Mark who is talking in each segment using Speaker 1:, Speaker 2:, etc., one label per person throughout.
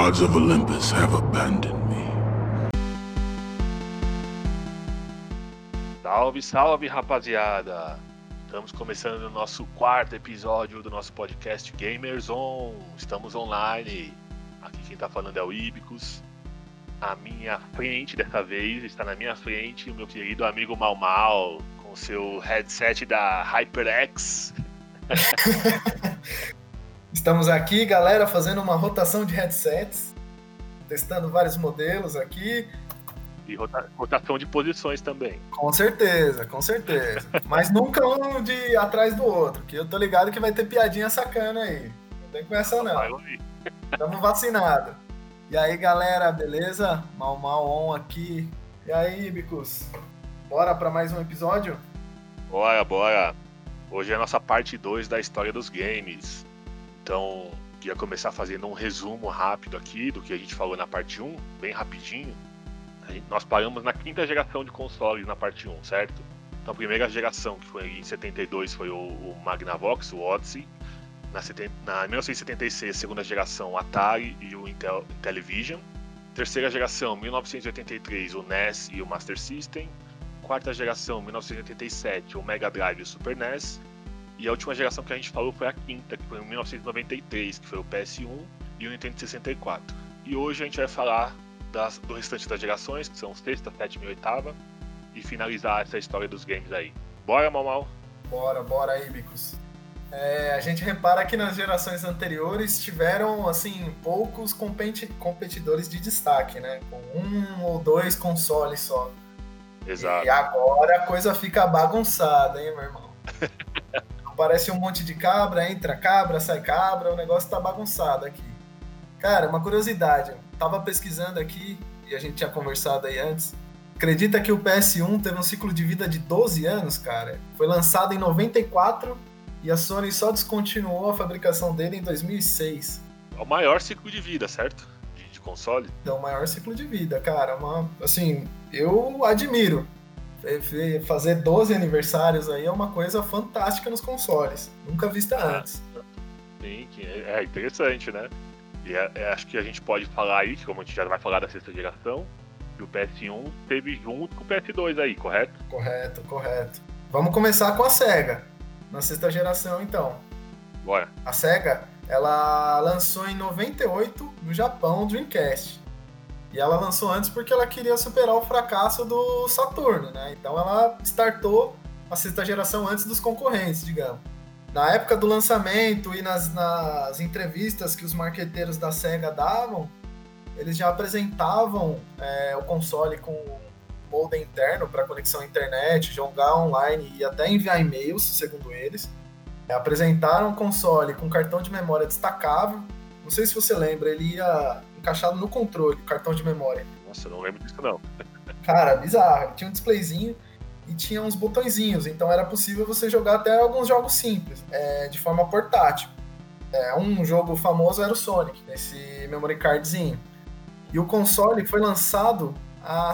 Speaker 1: gods of Olympus have abandoned me.
Speaker 2: Salve, salve, rapaziada! Estamos começando o nosso quarto episódio do nosso podcast Gamers On. Estamos online. Aqui quem tá falando é o Ibicus. À minha frente, dessa vez, está na minha frente o meu querido amigo Mal Mal, com seu headset da HyperX.
Speaker 3: Estamos aqui, galera, fazendo uma rotação de headsets, testando vários modelos aqui.
Speaker 2: E rotação de posições também.
Speaker 3: Com certeza, com certeza. Mas nunca um de atrás do outro, que eu tô ligado que vai ter piadinha sacana aí. Não tem com essa não. Estamos vacinados. E aí, galera, beleza? Mal On aqui. E aí, Ibicus? Bora para mais um episódio?
Speaker 2: Bora. Hoje é a nossa parte 2 da história dos games. Então, queria começar fazendo um resumo rápido aqui do que a gente falou na parte 1, bem rapidinho. Nós paramos na quinta geração de consoles na parte 1, certo? Então a primeira geração, que foi em 72, foi o Magnavox, o Odyssey. Na 1976, a segunda geração, o Atari e o Intellivision. Terceira geração, 1983, o NES e o Master System. Quarta geração, 1987, o Mega Drive e o Super NES. E a última geração que a gente falou foi a quinta, que foi em 1993, que foi o PS1 e o Nintendo 64. E hoje a gente vai falar do restante das gerações, que são sexta, sétima e oitava, e finalizar essa história dos games aí. Bora, Mal?
Speaker 3: Bora aí, Bicos. A gente repara que nas gerações anteriores tiveram, assim, poucos competidores de destaque, né? Com um ou dois consoles só.
Speaker 2: Exato.
Speaker 3: E agora a coisa fica bagunçada, hein, meu irmão? Aparece um monte de cabra, entra cabra, sai cabra, o negócio tá bagunçado aqui. Cara, uma curiosidade, eu tava pesquisando aqui, e a gente tinha conversado aí antes, acredita que o PS1 teve um ciclo de vida de 12 anos, cara? Foi lançado em 94 e a Sony só descontinuou a fabricação dele em 2006.
Speaker 2: É o maior ciclo de vida, certo? De console.
Speaker 3: Então, o maior ciclo de vida, cara. Assim, eu admiro. Fazer 12 aniversários aí é uma coisa fantástica nos consoles. Nunca vista antes.
Speaker 2: Sim, é interessante, né? E acho que a gente pode falar aí, que como a gente já vai falar da sexta geração, que o PS1 teve junto com o PS2 aí, correto?
Speaker 3: Correto. Vamos começar com a Sega, na sexta geração então.
Speaker 2: Bora.
Speaker 3: A Sega, ela lançou em 98 no Japão o Dreamcast. E ela lançou antes porque ela queria superar o fracasso do Saturno, né? Então ela startou a sexta geração antes dos concorrentes, digamos. Na época do lançamento e nas entrevistas que os marqueteiros da Sega davam, eles já apresentavam o console com modem interno para conexão à internet, jogar online e até enviar e-mails, segundo eles. Apresentaram o console com cartão de memória destacável. Não sei se você lembra, ele ia encaixado no controle, o cartão de memória.
Speaker 2: Nossa, eu não lembro disso não.
Speaker 3: Cara, bizarro. Ele tinha um displayzinho e tinha uns botõezinhos, então era possível você jogar até alguns jogos simples, de forma portátil. Um jogo famoso era o Sonic, esse memory cardzinho. E o console foi lançado a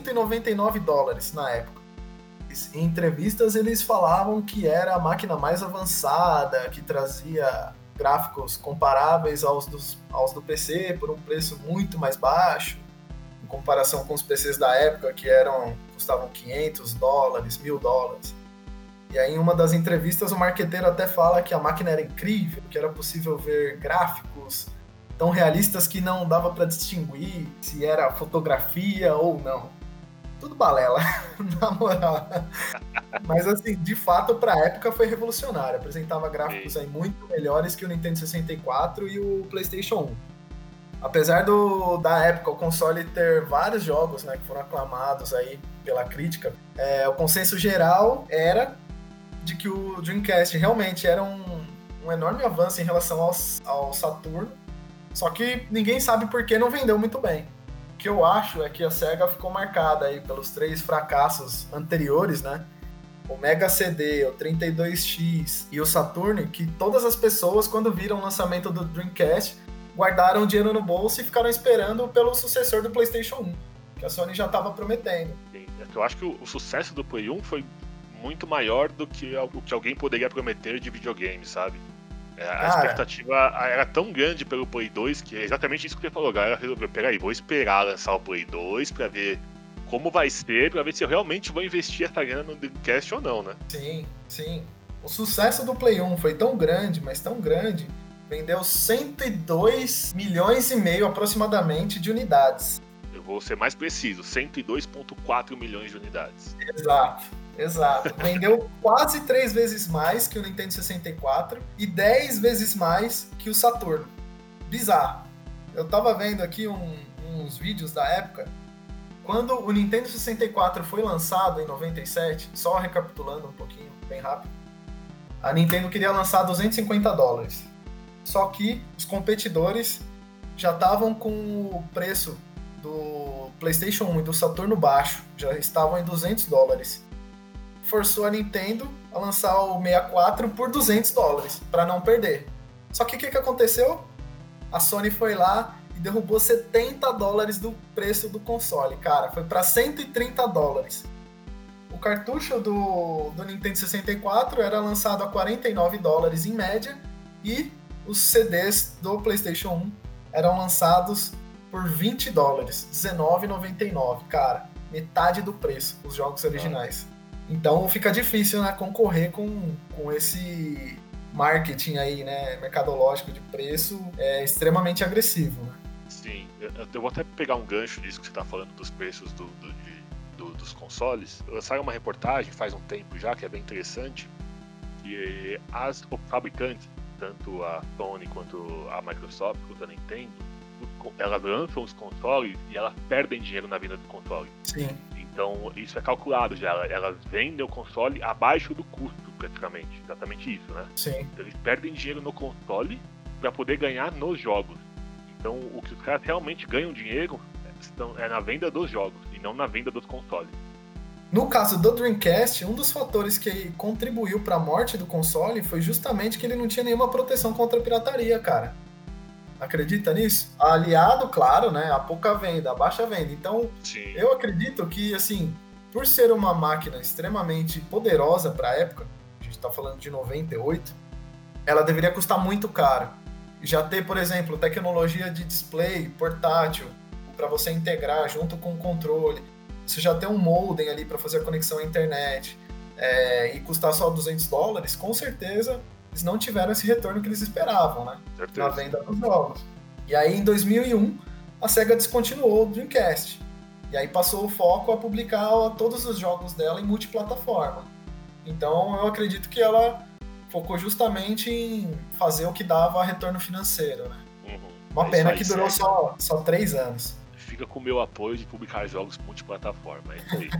Speaker 3: $199 na época. Em entrevistas eles falavam que era a máquina mais avançada, que trazia gráficos comparáveis aos do PC por um preço muito mais baixo, em comparação com os PCs da época que custavam $500, $1.000. E aí em uma das entrevistas o marqueteiro até fala que a máquina era incrível, que era possível ver gráficos tão realistas que não dava para distinguir se era fotografia ou não. Tudo balela, na moral. Mas assim, de fato, pra época foi revolucionário. Apresentava gráficos aí muito melhores que o Nintendo 64 e o PlayStation 1. Apesar da época o console ter vários jogos, né, que foram aclamados aí pela crítica, o consenso geral era de que o Dreamcast realmente era um enorme avanço em relação ao Saturno, só que ninguém sabe por que não vendeu muito bem. O que eu acho é que a Sega ficou marcada aí pelos 3 fracassos anteriores, né? O Mega CD, o 32X e o Saturn, que todas as pessoas, quando viram o lançamento do Dreamcast, guardaram dinheiro no bolso e ficaram esperando pelo sucessor do PlayStation 1, que a Sony já estava prometendo.
Speaker 2: Eu acho que o sucesso do Play 1 foi muito maior do que o que alguém poderia prometer de videogame, sabe? A expectativa era tão grande pelo Play 2 que é exatamente isso que você falou. A galera resolveu, peraí, vou esperar lançar o Play 2 pra ver como vai ser, pra ver se eu realmente vou investir essa grana no Dreamcast ou não, né?
Speaker 3: Sim, sim. O sucesso do Play 1 foi tão grande, mas tão grande, vendeu 102 milhões e meio aproximadamente de unidades.
Speaker 2: Eu vou ser mais preciso, 102,4 milhões de unidades.
Speaker 3: Exato. Vendeu quase 3 vezes mais que o Nintendo 64 e 10 vezes mais que o Saturno. Bizarro. Eu tava vendo aqui uns vídeos da época. Quando o Nintendo 64 foi lançado em 97, só recapitulando um pouquinho, bem rápido, a Nintendo queria lançar $250. Só que os competidores já estavam com o preço do PlayStation 1 e do Saturno baixo, já estavam em $200. Forçou a Nintendo a lançar o 64 por $200 para não perder. Só que o que aconteceu? A Sony foi lá e derrubou $70 do preço do console, cara, foi para $130. O cartucho do Nintendo 64 era lançado a $49 em média e os CDs do PlayStation 1 eram lançados por $20, R$19,99, cara, metade do preço, os jogos originais. Então fica difícil, né, concorrer com esse marketing aí, né, mercadológico de preço extremamente agressivo, né?
Speaker 2: Sim, eu vou até pegar um gancho disso que você está falando dos preços dos consoles. Lançaram uma reportagem faz um tempo já, que é bem interessante, que os fabricantes, tanto a Sony quanto a Microsoft, quanto a Nintendo, elas lançam os consoles e elas perdem dinheiro na venda do console.
Speaker 3: Sim.
Speaker 2: Então isso é calculado já, elas vendem o console abaixo do custo, praticamente. Exatamente isso, né?
Speaker 3: Sim.
Speaker 2: Então, eles perdem dinheiro no console para poder ganhar nos jogos. Então o que os caras realmente ganham dinheiro é na venda dos jogos e não na venda dos consoles.
Speaker 3: No caso do Dreamcast, um dos fatores que contribuiu para a morte do console foi justamente que ele não tinha nenhuma proteção contra a pirataria, cara. Acredita nisso? Aliado, claro, né, a pouca venda, a baixa venda. Então,
Speaker 2: Sim.
Speaker 3: Eu acredito que, assim, por ser uma máquina extremamente poderosa para a época, a gente está falando de 98, ela deveria custar muito caro. Já ter, por exemplo, tecnologia de display portátil para você integrar junto com o controle. Você já ter um modem ali para fazer a conexão à internet e custar só $200, com certeza eles não tiveram esse retorno que eles esperavam, né?
Speaker 2: Certeza.
Speaker 3: Na venda dos jogos. E aí, em 2001, a SEGA descontinuou o Dreamcast. E aí passou o foco a publicar todos os jogos dela em multiplataforma. Então, eu acredito que ela focou justamente em fazer o que dava retorno financeiro, né?
Speaker 2: Uhum.
Speaker 3: Uma pena que durou só 3 anos.
Speaker 2: Fica com o meu apoio de publicar jogos multiplataforma, é isso aí.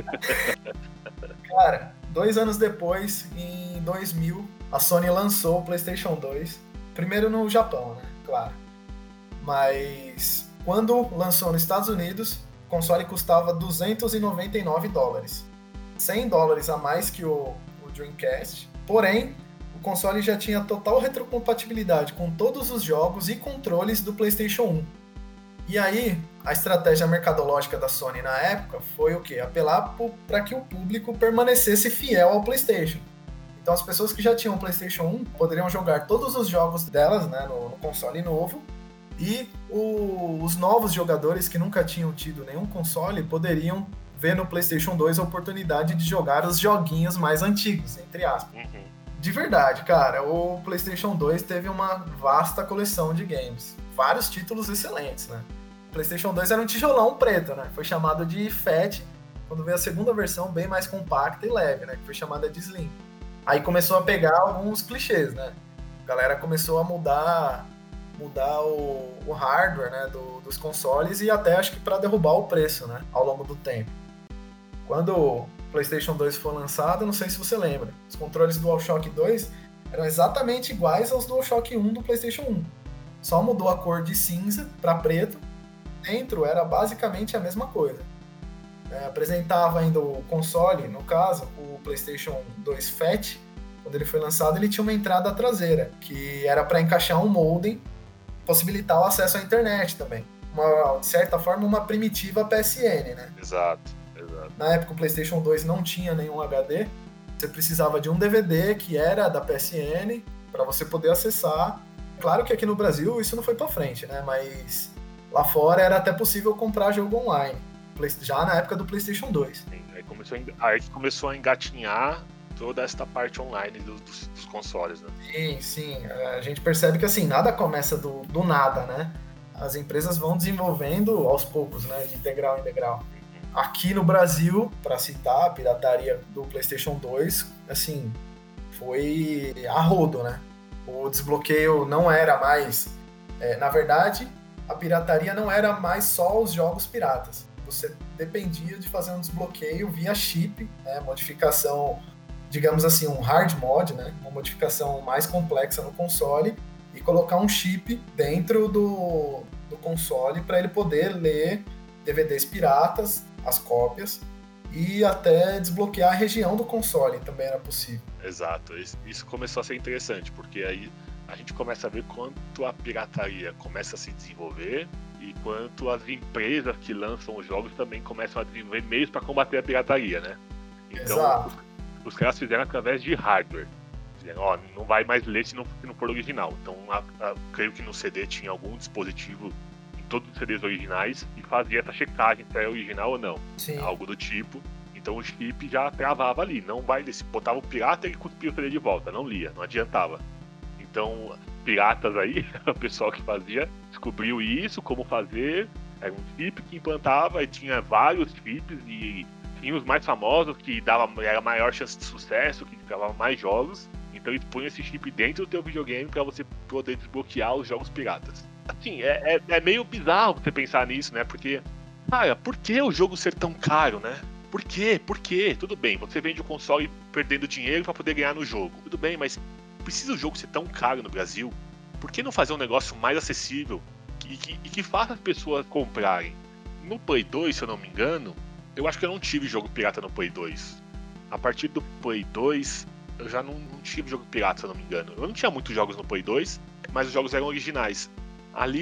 Speaker 3: Cara, 2 anos depois, em 2000, a Sony lançou o PlayStation 2. Primeiro no Japão, né? Claro. Mas quando lançou nos Estados Unidos, o console custava $299. $100 a mais que o Dreamcast. Porém, o console já tinha total retrocompatibilidade com todos os jogos e controles do PlayStation 1. E aí, a estratégia mercadológica da Sony na época foi o quê? Apelar para que o público permanecesse fiel ao PlayStation. Então as pessoas que já tinham o PlayStation 1 poderiam jogar todos os jogos delas, né, no console novo, e os novos jogadores que nunca tinham tido nenhum console poderiam ver no PlayStation 2 a oportunidade de jogar os joguinhos mais antigos, entre aspas.
Speaker 2: Uhum.
Speaker 3: De verdade, cara, o PlayStation 2 teve uma vasta coleção de games. Vários títulos excelentes, né? O PlayStation 2 era um tijolão preto, né? Foi chamado de Fat, quando veio a segunda versão bem mais compacta e leve, né? Que foi chamada de Slim. Aí começou a pegar alguns clichês, né? A galera começou a mudar o hardware, né, dos consoles e até acho que para derrubar o preço, né, ao longo do tempo. Quando o PlayStation 2 foi lançado, não sei se você lembra, os controles do DualShock 2 eram exatamente iguais aos DualShock 1 do PlayStation 1. Só mudou a cor de cinza para preto. Dentro era basicamente a mesma coisa. Apresentava ainda o console, no caso, o PlayStation 2 Fat, quando ele foi lançado, ele tinha uma entrada traseira, que era para encaixar um modem, possibilitar o acesso à internet também. De certa forma, uma primitiva PSN, né?
Speaker 2: Exato.
Speaker 3: Na época, o PlayStation 2 não tinha nenhum HD, você precisava de um DVD que era da PSN, para você poder acessar. Claro que aqui no Brasil isso não foi para frente, né? Mas lá fora era até possível comprar jogo online, já na época do PlayStation 2.
Speaker 2: Sim, aí começou a engatinhar toda esta parte online dos consoles, né?
Speaker 3: Sim. A gente percebe que assim, nada começa do nada, né? As empresas vão desenvolvendo aos poucos, né? De degrau em degrau. Aqui no Brasil, para citar, a pirataria do PlayStation 2, assim, foi a rodo, né? O desbloqueio não era mais... na verdade, a pirataria não era mais só os jogos piratas. Você dependia de fazer um desbloqueio via chip, né? Modificação, digamos assim, um hard mod, né? Uma modificação mais complexa no console e colocar um chip dentro do console para ele poder ler DVDs piratas, as cópias, e até desbloquear a região do console também era possível.
Speaker 2: Exato, isso começou a ser interessante, porque aí a gente começa a ver quanto a pirataria começa a se desenvolver e quanto as empresas que lançam os jogos também começam a desenvolver meios para combater a pirataria, né? Então, os caras fizeram através de hardware. Dizendo, não vai mais ler se não for original. Então, creio que no CD tinha algum dispositivo em todos os CDs originais e fazia essa checagem se era original ou não.
Speaker 3: Sim.
Speaker 2: Algo do tipo. Então o chip já travava ali. Não vai ler. Se botava o pirata, ele cuspia o CD de volta. Não lia, não adiantava. Então, piratas aí, o pessoal que fazia, descobriu isso, como fazer. Era um chip que implantava e tinha vários chips e tinha os mais famosos que era a maior chance de sucesso, que travava mais jogos. Então eles põem esse chip dentro do teu videogame para você poder desbloquear os jogos piratas. Assim, é meio bizarro você pensar nisso, né? Porque, cara, por que o jogo ser tão caro, né? Por quê? Por quê? Tudo bem, você vende o console perdendo dinheiro para poder ganhar no jogo. Tudo bem, mas precisa o jogo ser tão caro no Brasil? Por que não fazer um negócio mais acessível e que faça as pessoas comprarem? No Play 2, se eu não me engano, eu acho que eu não tive jogo pirata no Play 2. A partir do Play 2, eu já não tive jogo pirata, se eu não me engano. Eu não tinha muitos jogos no Play 2, mas os jogos eram originais. Ali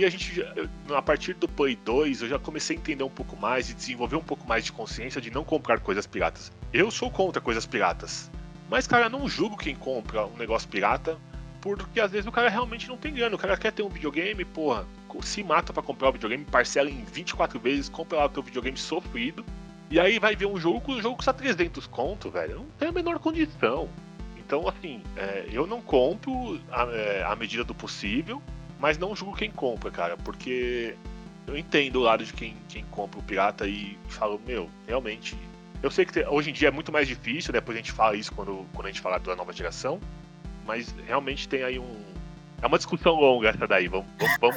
Speaker 2: a partir do Play 2, eu já comecei a entender um pouco mais e desenvolver um pouco mais de consciência de não comprar coisas piratas. Eu sou contra coisas piratas. Mas, cara, eu não julgo quem compra um negócio pirata, porque às vezes o cara realmente não tem grana. O cara quer ter um videogame, porra, se mata pra comprar o videogame, parcela em 24 vezes, compra lá o teu videogame sofrido, e aí vai ver um jogo que o jogo custa 300 conto, velho. Não tem a menor condição. Então, assim, eu não compro à medida do possível, mas não julgo quem compra, cara, porque eu entendo o lado de quem compra o pirata e fala, realmente... Eu sei que hoje em dia é muito mais difícil, depois a gente fala isso quando a gente falar da nova geração, mas realmente tem aí É uma discussão longa essa daí, vamos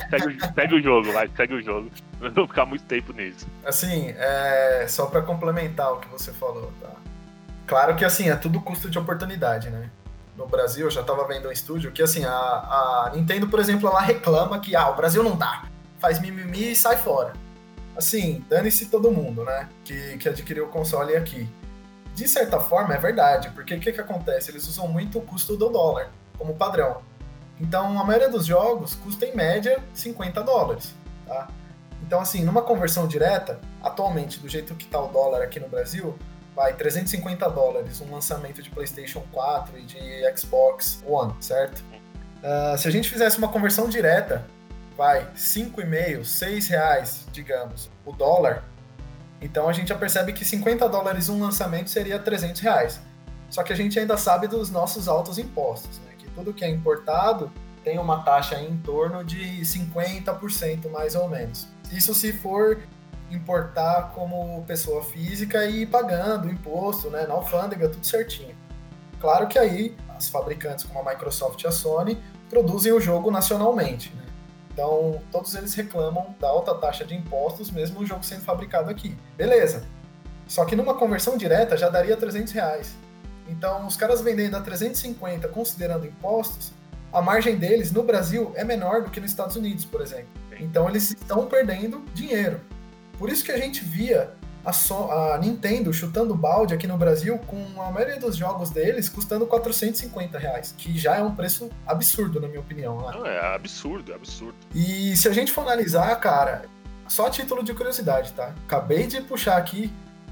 Speaker 2: segue o jogo, segue o jogo. Não vou ficar muito tempo nisso.
Speaker 3: Assim, só pra complementar o que você falou, tá? Claro que, assim, é tudo custo de oportunidade, né? No Brasil, eu já tava vendo um estúdio que, assim, a Nintendo, por exemplo, ela reclama que, o Brasil não dá, faz mimimi e sai fora. Assim, dane-se todo mundo, né, que adquiriu o console aqui. De certa forma, é verdade, porque o que acontece? Eles usam muito o custo do dólar como padrão. Então, a maioria dos jogos custa, em média, $50, tá? Então, assim, numa conversão direta, atualmente, do jeito que tá o dólar aqui no Brasil, vai $350 um lançamento de PlayStation 4 e de Xbox One, certo? Se a gente fizesse uma conversão direta, vai R$5,50, R$6, digamos, o dólar, então a gente já percebe que $50 um lançamento seria R$300. Só que a gente ainda sabe dos nossos altos impostos, né? Que tudo que é importado tem uma taxa em torno de 50% mais ou menos. Isso se for importar como pessoa física e ir pagando o imposto, né, na alfândega, tudo certinho. Claro que aí as fabricantes como a Microsoft e a Sony produzem o jogo nacionalmente, né? Então, todos eles reclamam da alta taxa de impostos, mesmo o jogo sendo fabricado aqui. Beleza. Só que numa conversão direta já daria R$300. Então, os caras vendendo a 350 considerando impostos, a margem deles no Brasil é menor do que nos Estados Unidos, por exemplo. Então, eles estão perdendo dinheiro. Por isso que a gente via a Nintendo chutando balde aqui no Brasil com a maioria dos jogos deles custando R$450, que já é um preço absurdo, na minha opinião. Né?
Speaker 2: Não, é absurdo, é absurdo.
Speaker 3: E se a gente for analisar, cara, só a título de curiosidade, tá? Acabei de puxar aqui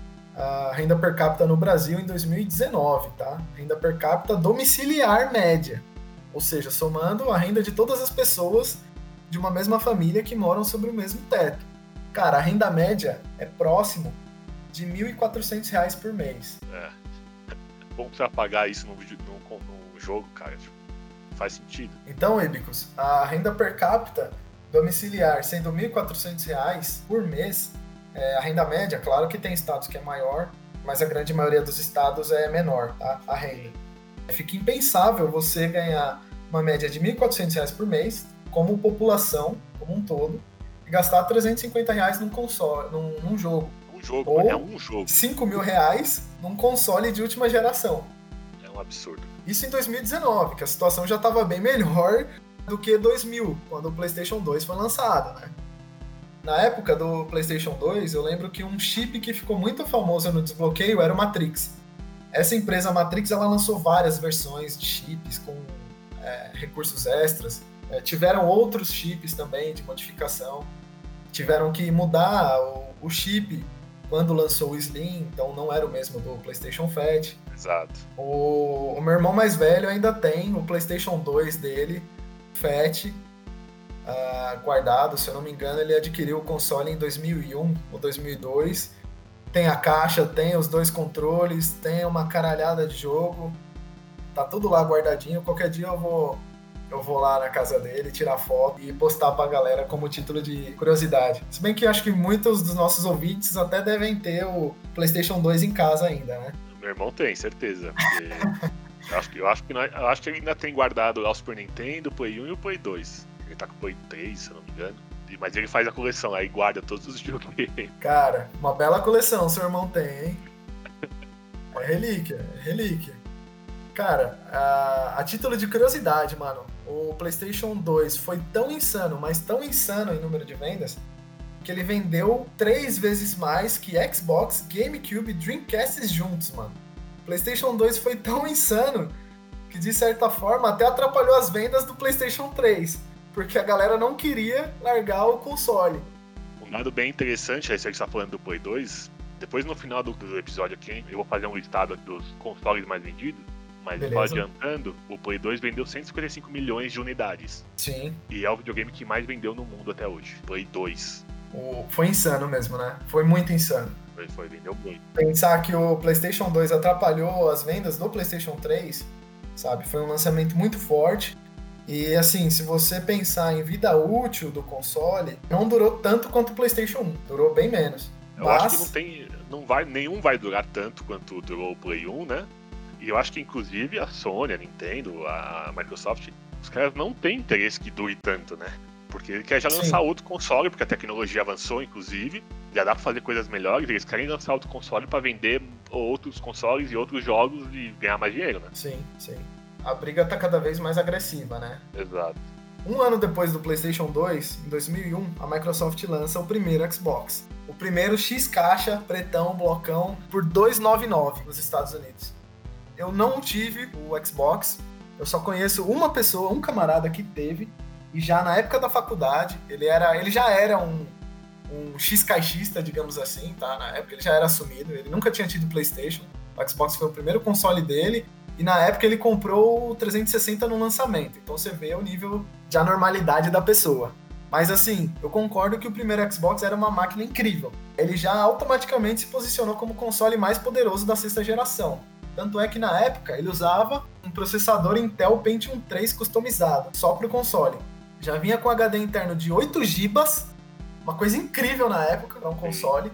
Speaker 3: a renda per capita no Brasil em 2019, tá? Renda per capita domiciliar média. Ou seja, somando a renda de todas as pessoas de uma mesma família que moram sobre o mesmo teto. Cara, a renda média é próximo de R$ 1.400 por mês.
Speaker 2: Como você vai pagar isso num jogo, cara? Tipo, faz sentido.
Speaker 3: Então, Ibicus, a renda per capita domiciliar sendo R$ 1.400 por mês, a renda média, claro que tem estados que é maior, mas a grande maioria dos estados é menor, tá? A renda. Fica impensável você ganhar uma média de R$ 1.400 por mês, como população, como um todo, e gastar R$ 350 num console, num jogo. Ou
Speaker 2: é um jogo.
Speaker 3: R$ 5.000 num console de última geração.
Speaker 2: É um absurdo.
Speaker 3: Isso em 2019, que a situação já estava bem melhor do que 2000, quando o PlayStation 2 foi lançado, né? Na época do PlayStation 2, eu lembro que um chip que ficou muito famoso no desbloqueio era o Matrix. Essa empresa Matrix, ela lançou várias versões de chips com recursos extras. Tiveram outros chips também de modificação. Tiveram que mudar o chip quando lançou o Slim, então não era o mesmo do PlayStation Fat.
Speaker 2: Exato.
Speaker 3: O meu irmão mais velho ainda tem o PlayStation 2 dele, Fat, guardado. Se eu não me engano, ele adquiriu o console em 2001 ou 2002. Tem a caixa, tem os 2 controles, tem uma caralhada de jogo. Tá tudo lá guardadinho. Qualquer dia eu vou lá na casa dele, tirar foto e postar pra galera como título de curiosidade. Se bem que eu acho que muitos dos nossos ouvintes até devem ter o PlayStation 2 em casa ainda, né?
Speaker 2: Meu irmão tem, certeza. eu acho que ele ainda tem guardado lá o Super Nintendo, o Play 1 e o Play 2. Ele tá com o Play 3, se eu não me engano. Mas ele faz a coleção, aí guarda todos os jogos.
Speaker 3: Cara, uma bela coleção seu irmão tem, hein? É relíquia. Cara, a título de curiosidade, mano, o PlayStation 2 foi tão insano, mas tão insano em número de vendas, que ele vendeu 3 vezes mais que Xbox, GameCube e Dreamcast juntos, mano. O PlayStation 2 foi tão insano que, de certa forma, até atrapalhou as vendas do PlayStation 3, porque a galera não queria largar o console.
Speaker 2: Um dado bem interessante, aí você está falando do Play 2, depois no final do episódio aqui, eu vou fazer um listado dos consoles mais vendidos. Mas só adiantando, o Play 2 vendeu 155 milhões de unidades.
Speaker 3: Sim.
Speaker 2: E é o videogame que mais vendeu no mundo até hoje. Play 2.
Speaker 3: Foi insano mesmo, né? Foi muito insano.
Speaker 2: Vendeu muito.
Speaker 3: Pensar que o PlayStation 2 atrapalhou as vendas do PlayStation 3, sabe? Foi um lançamento muito forte. E assim, se você pensar em vida útil do console, não durou tanto quanto o PlayStation 1. Durou bem menos.
Speaker 2: Eu acho que nenhum vai durar tanto quanto durou o Play 1, né? E eu acho que, inclusive, a Sony, a Nintendo, a Microsoft, os caras não têm interesse que dure tanto, né? Porque ele quer já lançar outro console, porque a tecnologia avançou, inclusive, já dá pra fazer coisas melhores, eles querem lançar outro console pra vender outros consoles e outros jogos e ganhar mais dinheiro, né?
Speaker 3: Sim. A briga tá cada vez mais agressiva, né?
Speaker 2: Exato.
Speaker 3: Um ano depois do PlayStation 2, em 2001, a Microsoft lança o primeiro Xbox. O primeiro X-caixa, pretão, blocão, por $299 nos Estados Unidos. Eu não tive o Xbox, eu só conheço uma pessoa, um camarada que teve, e já na época da faculdade, ele já era um X-caixista, digamos assim, tá? Na época ele já era assumido, ele nunca tinha tido PlayStation, o Xbox foi o primeiro console dele, e na época ele comprou o 360 no lançamento, então você vê o nível de anormalidade da pessoa. Mas assim, eu concordo que o primeiro Xbox era uma máquina incrível. Ele já automaticamente se posicionou como o console mais poderoso da 6ª geração. Tanto é que na época ele usava um processador Intel Pentium 3 customizado, só para o console. Já vinha com HD interno de 8 GB, uma coisa incrível na época para um console,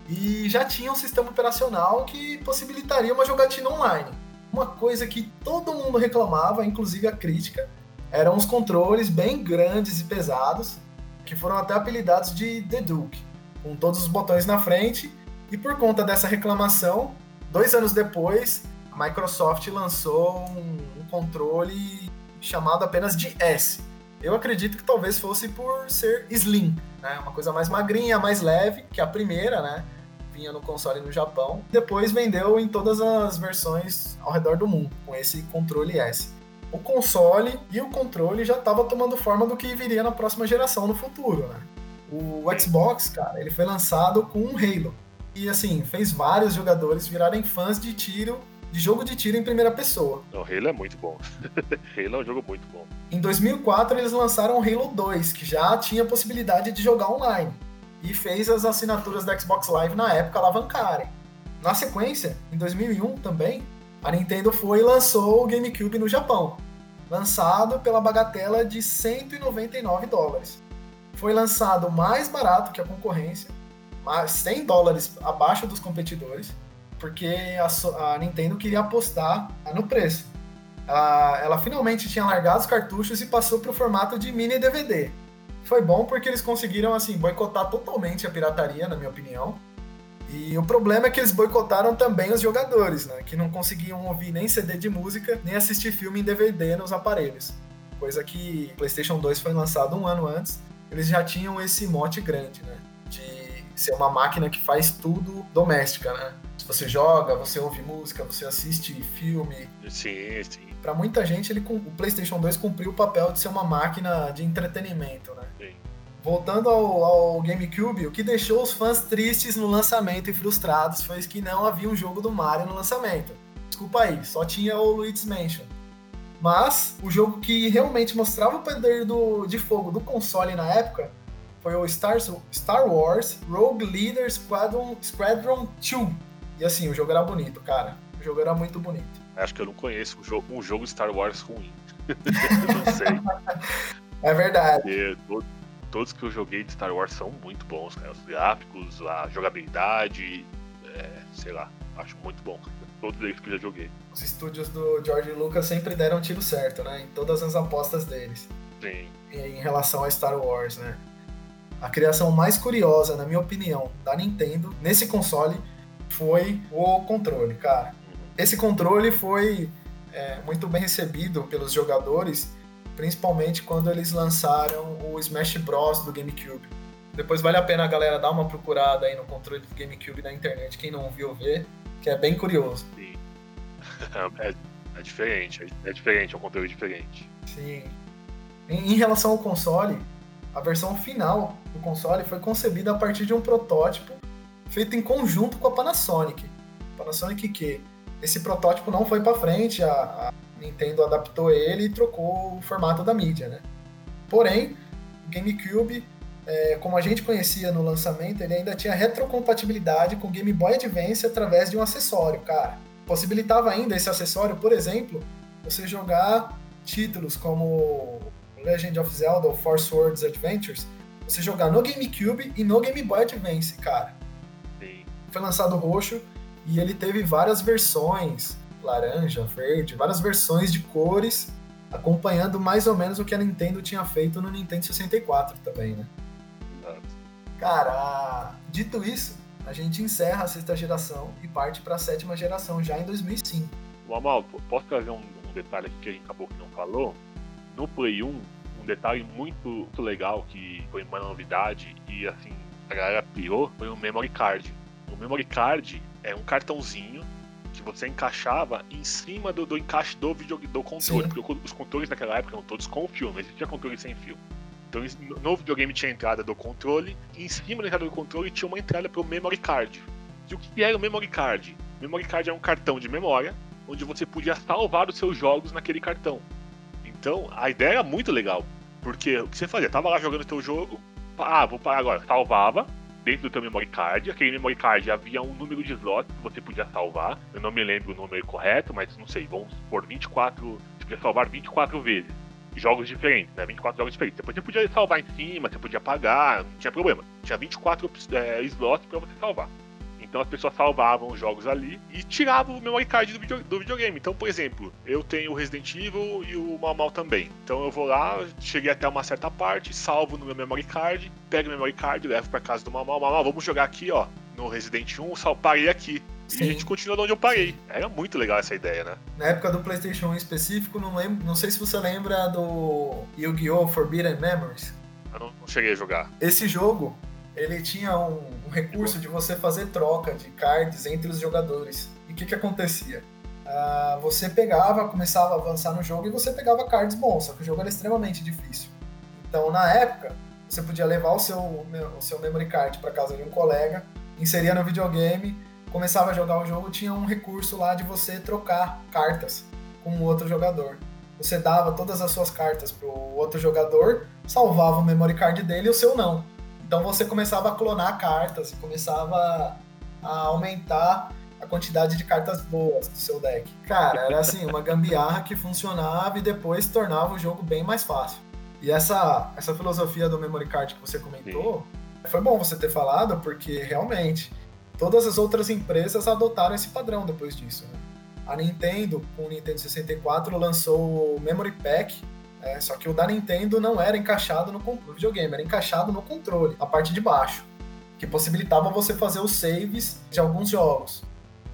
Speaker 3: e já tinha um sistema operacional que possibilitaria uma jogatina online. Uma coisa que todo mundo reclamava, inclusive a crítica, eram os controles bem grandes e pesados, que foram até apelidados de The Duke, com todos os botões na frente, e por conta dessa reclamação, 2 anos depois, a Microsoft lançou um controle chamado apenas de S. Eu acredito que talvez fosse por ser Slim, né? Uma coisa mais magrinha, mais leve, que a primeira, né? Vinha no console no Japão. Depois vendeu em todas as versões ao redor do mundo, com esse controle S. O console e o controle já estavam tomando forma do que viria na próxima geração no futuro, né? O Xbox, cara, ele foi lançado com um Halo. E assim, fez vários jogadores virarem fãs de tiro de jogo de tiro em primeira pessoa.
Speaker 2: O Halo é muito bom. Halo é um jogo muito bom.
Speaker 3: Em 2004, eles lançaram o Halo 2, que já tinha possibilidade de jogar online, e fez as assinaturas da Xbox Live na época alavancarem. Na sequência, em 2001 também, a Nintendo foi e lançou o GameCube no Japão, lançado pela bagatela de $199. Foi lançado mais barato que a concorrência, mas $100 abaixo dos competidores, porque a Nintendo queria apostar no preço. Ela finalmente tinha largado os cartuchos e passou para o formato de mini DVD. Foi bom porque eles conseguiram assim, boicotar totalmente a pirataria, na minha opinião. E o problema é que eles boicotaram também os jogadores, né? Que não conseguiam ouvir nem CD de música, nem assistir filme em DVD nos aparelhos. Coisa que o PlayStation 2 foi lançado um ano antes. Eles já tinham esse mote grande, né? De ser uma máquina que faz tudo doméstica, né? Se você joga, você ouve música, você assiste filme.
Speaker 2: Sim, sim.
Speaker 3: Pra muita gente, o PlayStation 2 cumpriu o papel de ser uma máquina de entretenimento, né?
Speaker 2: Sim.
Speaker 3: Voltando ao GameCube, o que deixou os fãs tristes no lançamento e frustrados foi que não havia um jogo do Mario no lançamento. Desculpa aí, só tinha o Luigi's Mansion. Mas o jogo que realmente mostrava o poder de fogo do console na época foi o Star Wars Rogue Leader Squadron 2. E assim, o jogo era bonito, cara. O jogo era muito bonito.
Speaker 2: Acho que eu não conheço um jogo Star Wars ruim. Não sei.
Speaker 3: É verdade.
Speaker 2: Porque todos que eu joguei de Star Wars são muito bons, cara. Os gráficos, a jogabilidade, sei lá, acho muito bom. Todos eles que eu já joguei.
Speaker 3: Os estúdios do George Lucas sempre deram tiro certo, né? Em todas as apostas deles.
Speaker 2: Sim.
Speaker 3: Em relação a Star Wars, né? A criação mais curiosa, na minha opinião, da Nintendo, nesse console, foi o controle, cara. Esse controle foi muito bem recebido pelos jogadores, principalmente quando eles lançaram o Smash Bros. Do GameCube. Depois vale a pena a galera dar uma procurada aí no controle do GameCube na internet, quem não viu ver, que é bem curioso.
Speaker 2: Sim. É diferente, é um controle diferente.
Speaker 3: Sim. Em relação ao console, a versão final do console foi concebida a partir de um protótipo feito em conjunto com a Panasonic. Panasonic que esse protótipo não foi para frente, a Nintendo adaptou ele e trocou o formato da mídia, né? Porém, o GameCube, como a gente conhecia no lançamento, ele ainda tinha retrocompatibilidade com o Game Boy Advance através de um acessório, cara. Possibilitava ainda esse acessório, por exemplo, você jogar títulos como Legend of Zelda ou Four Swords Adventures, você jogar no GameCube e no Game Boy Advance, cara.
Speaker 2: Sim.
Speaker 3: Foi lançado roxo e ele teve várias versões, laranja, verde, várias versões de cores, acompanhando mais ou menos o que a Nintendo tinha feito no Nintendo 64 também, né?
Speaker 2: Exato.
Speaker 3: Cara, dito isso, a gente encerra a 6ª geração e parte para a 7ª geração já em 2005.
Speaker 2: Amal, posso trazer um detalhe aqui que a gente acabou que não falou? No Play 1, um detalhe muito legal que foi uma novidade e assim, a galera pirou, foi o Memory Card. O Memory Card é um cartãozinho que você encaixava em cima do encaixe do controle. Sim. Porque os controles naquela época eram todos com fio, não existia controle sem fio. Então no videogame tinha a entrada do controle, e em cima da entrada do controle tinha uma entrada para o Memory Card. E o que era o Memory Card? O Memory Card é um cartão de memória, onde você podia salvar os seus jogos naquele cartão. Então a ideia era muito legal, porque o que você fazia? Tava lá jogando o teu jogo, vou parar agora, salvava dentro do teu Memory Card. Aquele Memory Card havia um número de slots que você podia salvar, eu não me lembro o número correto, mas não sei, vamos por 24, você podia salvar 24 vezes. Jogos diferentes, né? 24 jogos diferentes. Depois você podia salvar em cima, você podia apagar, não tinha problema. Tinha 24 slots pra você salvar. Então as pessoas salvavam os jogos ali e tiravam o memory card do videogame. Então, por exemplo, eu tenho o Resident Evil e o Mal também. Então eu vou lá, cheguei até uma certa parte, salvo no meu memory card, pego o memory card, levo pra casa do Mal. Vamos jogar aqui, ó, no Resident 1, parei aqui. Sim. E a gente continua de onde eu parei. Era muito legal essa ideia, né?
Speaker 3: Na época do PlayStation 1 em específico, não sei se você lembra do Yu-Gi-Oh! Forbidden Memories.
Speaker 2: Eu não cheguei a jogar.
Speaker 3: Esse jogo, ele tinha um recurso de você fazer troca de cards entre os jogadores. E o que acontecia? Você começava a avançar no jogo e você pegava cards bons, só que o jogo era extremamente difícil. Então, na época, você podia levar o seu memory card para casa de um colega, inseria no videogame, começava a jogar o jogo, tinha um recurso lá de você trocar cartas com o outro jogador. Você dava todas as suas cartas pro outro jogador, salvava o memory card dele e o seu não. Então você começava a clonar cartas e começava a aumentar a quantidade de cartas boas do seu deck. Cara, era assim, uma gambiarra que funcionava e depois tornava o jogo bem mais fácil. E essa filosofia do memory card que você comentou, foi bom você ter falado, porque realmente todas as outras empresas adotaram esse padrão depois disso, né? A Nintendo, com o Nintendo 64, lançou o Memory Pack, só que o da Nintendo não era encaixado no videogame, era encaixado no controle, a parte de baixo, que possibilitava você fazer os saves de alguns jogos.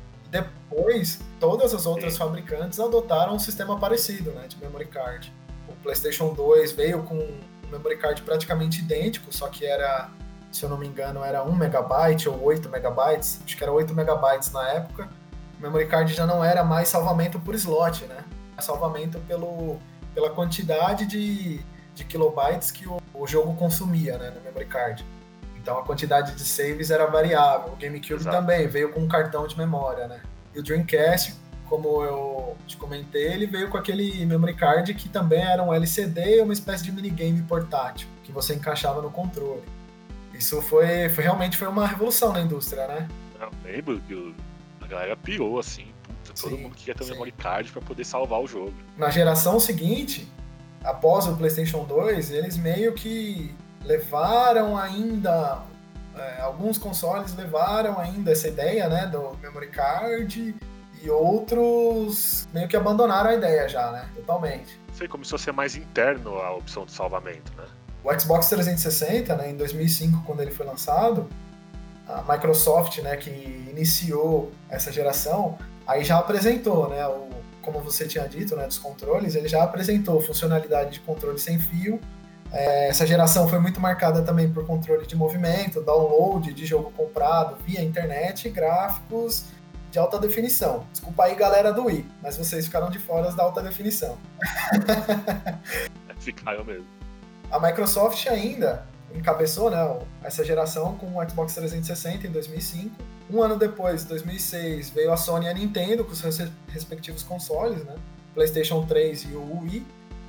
Speaker 3: Depois, todas as outras fabricantes adotaram um sistema parecido, né, de memory card. O PlayStation 2 veio com um memory card praticamente idêntico, só que era, se eu não me engano, era 1 megabyte ou 8 megabytes, acho que era 8 megabytes na época. O memory card já não era mais salvamento por slot, né? Era salvamento pela quantidade de kilobytes que o jogo consumia, né, no memory card. Então a quantidade de saves era variável. O GameCube também veio com um cartão de memória, né? E o Dreamcast, como eu te comentei, ele veio com aquele memory card que também era um LCD e uma espécie de minigame portátil, que você encaixava no controle. Isso realmente foi uma revolução na indústria, né?
Speaker 2: Eu lembro que a galera pirou, assim, todo mundo queria ter um memory card para poder salvar o jogo.
Speaker 3: Na geração seguinte, após o PlayStation 2, eles meio que levaram ainda, alguns consoles levaram ainda essa ideia, né, do memory card, e outros meio que abandonaram a ideia já, né, totalmente.
Speaker 2: Isso aí começou a ser mais interno a opção de salvamento, né?
Speaker 3: O Xbox 360, né, em 2005, quando ele foi lançado, a Microsoft, né, que iniciou essa geração, aí já apresentou, né, como você tinha dito, né, dos controles, ele já apresentou funcionalidade de controle sem fio. Essa geração foi muito marcada também por controle de movimento, download de jogo comprado via internet e gráficos de alta definição. Desculpa aí, galera do Wii, mas vocês ficaram de fora da alta definição.
Speaker 2: Ficaram mesmo.
Speaker 3: A Microsoft ainda encabeçou, né, essa geração com o Xbox 360 em 2005. Um ano depois, em 2006, veio a Sony e a Nintendo com seus respectivos consoles, né, PlayStation 3 e o Wii.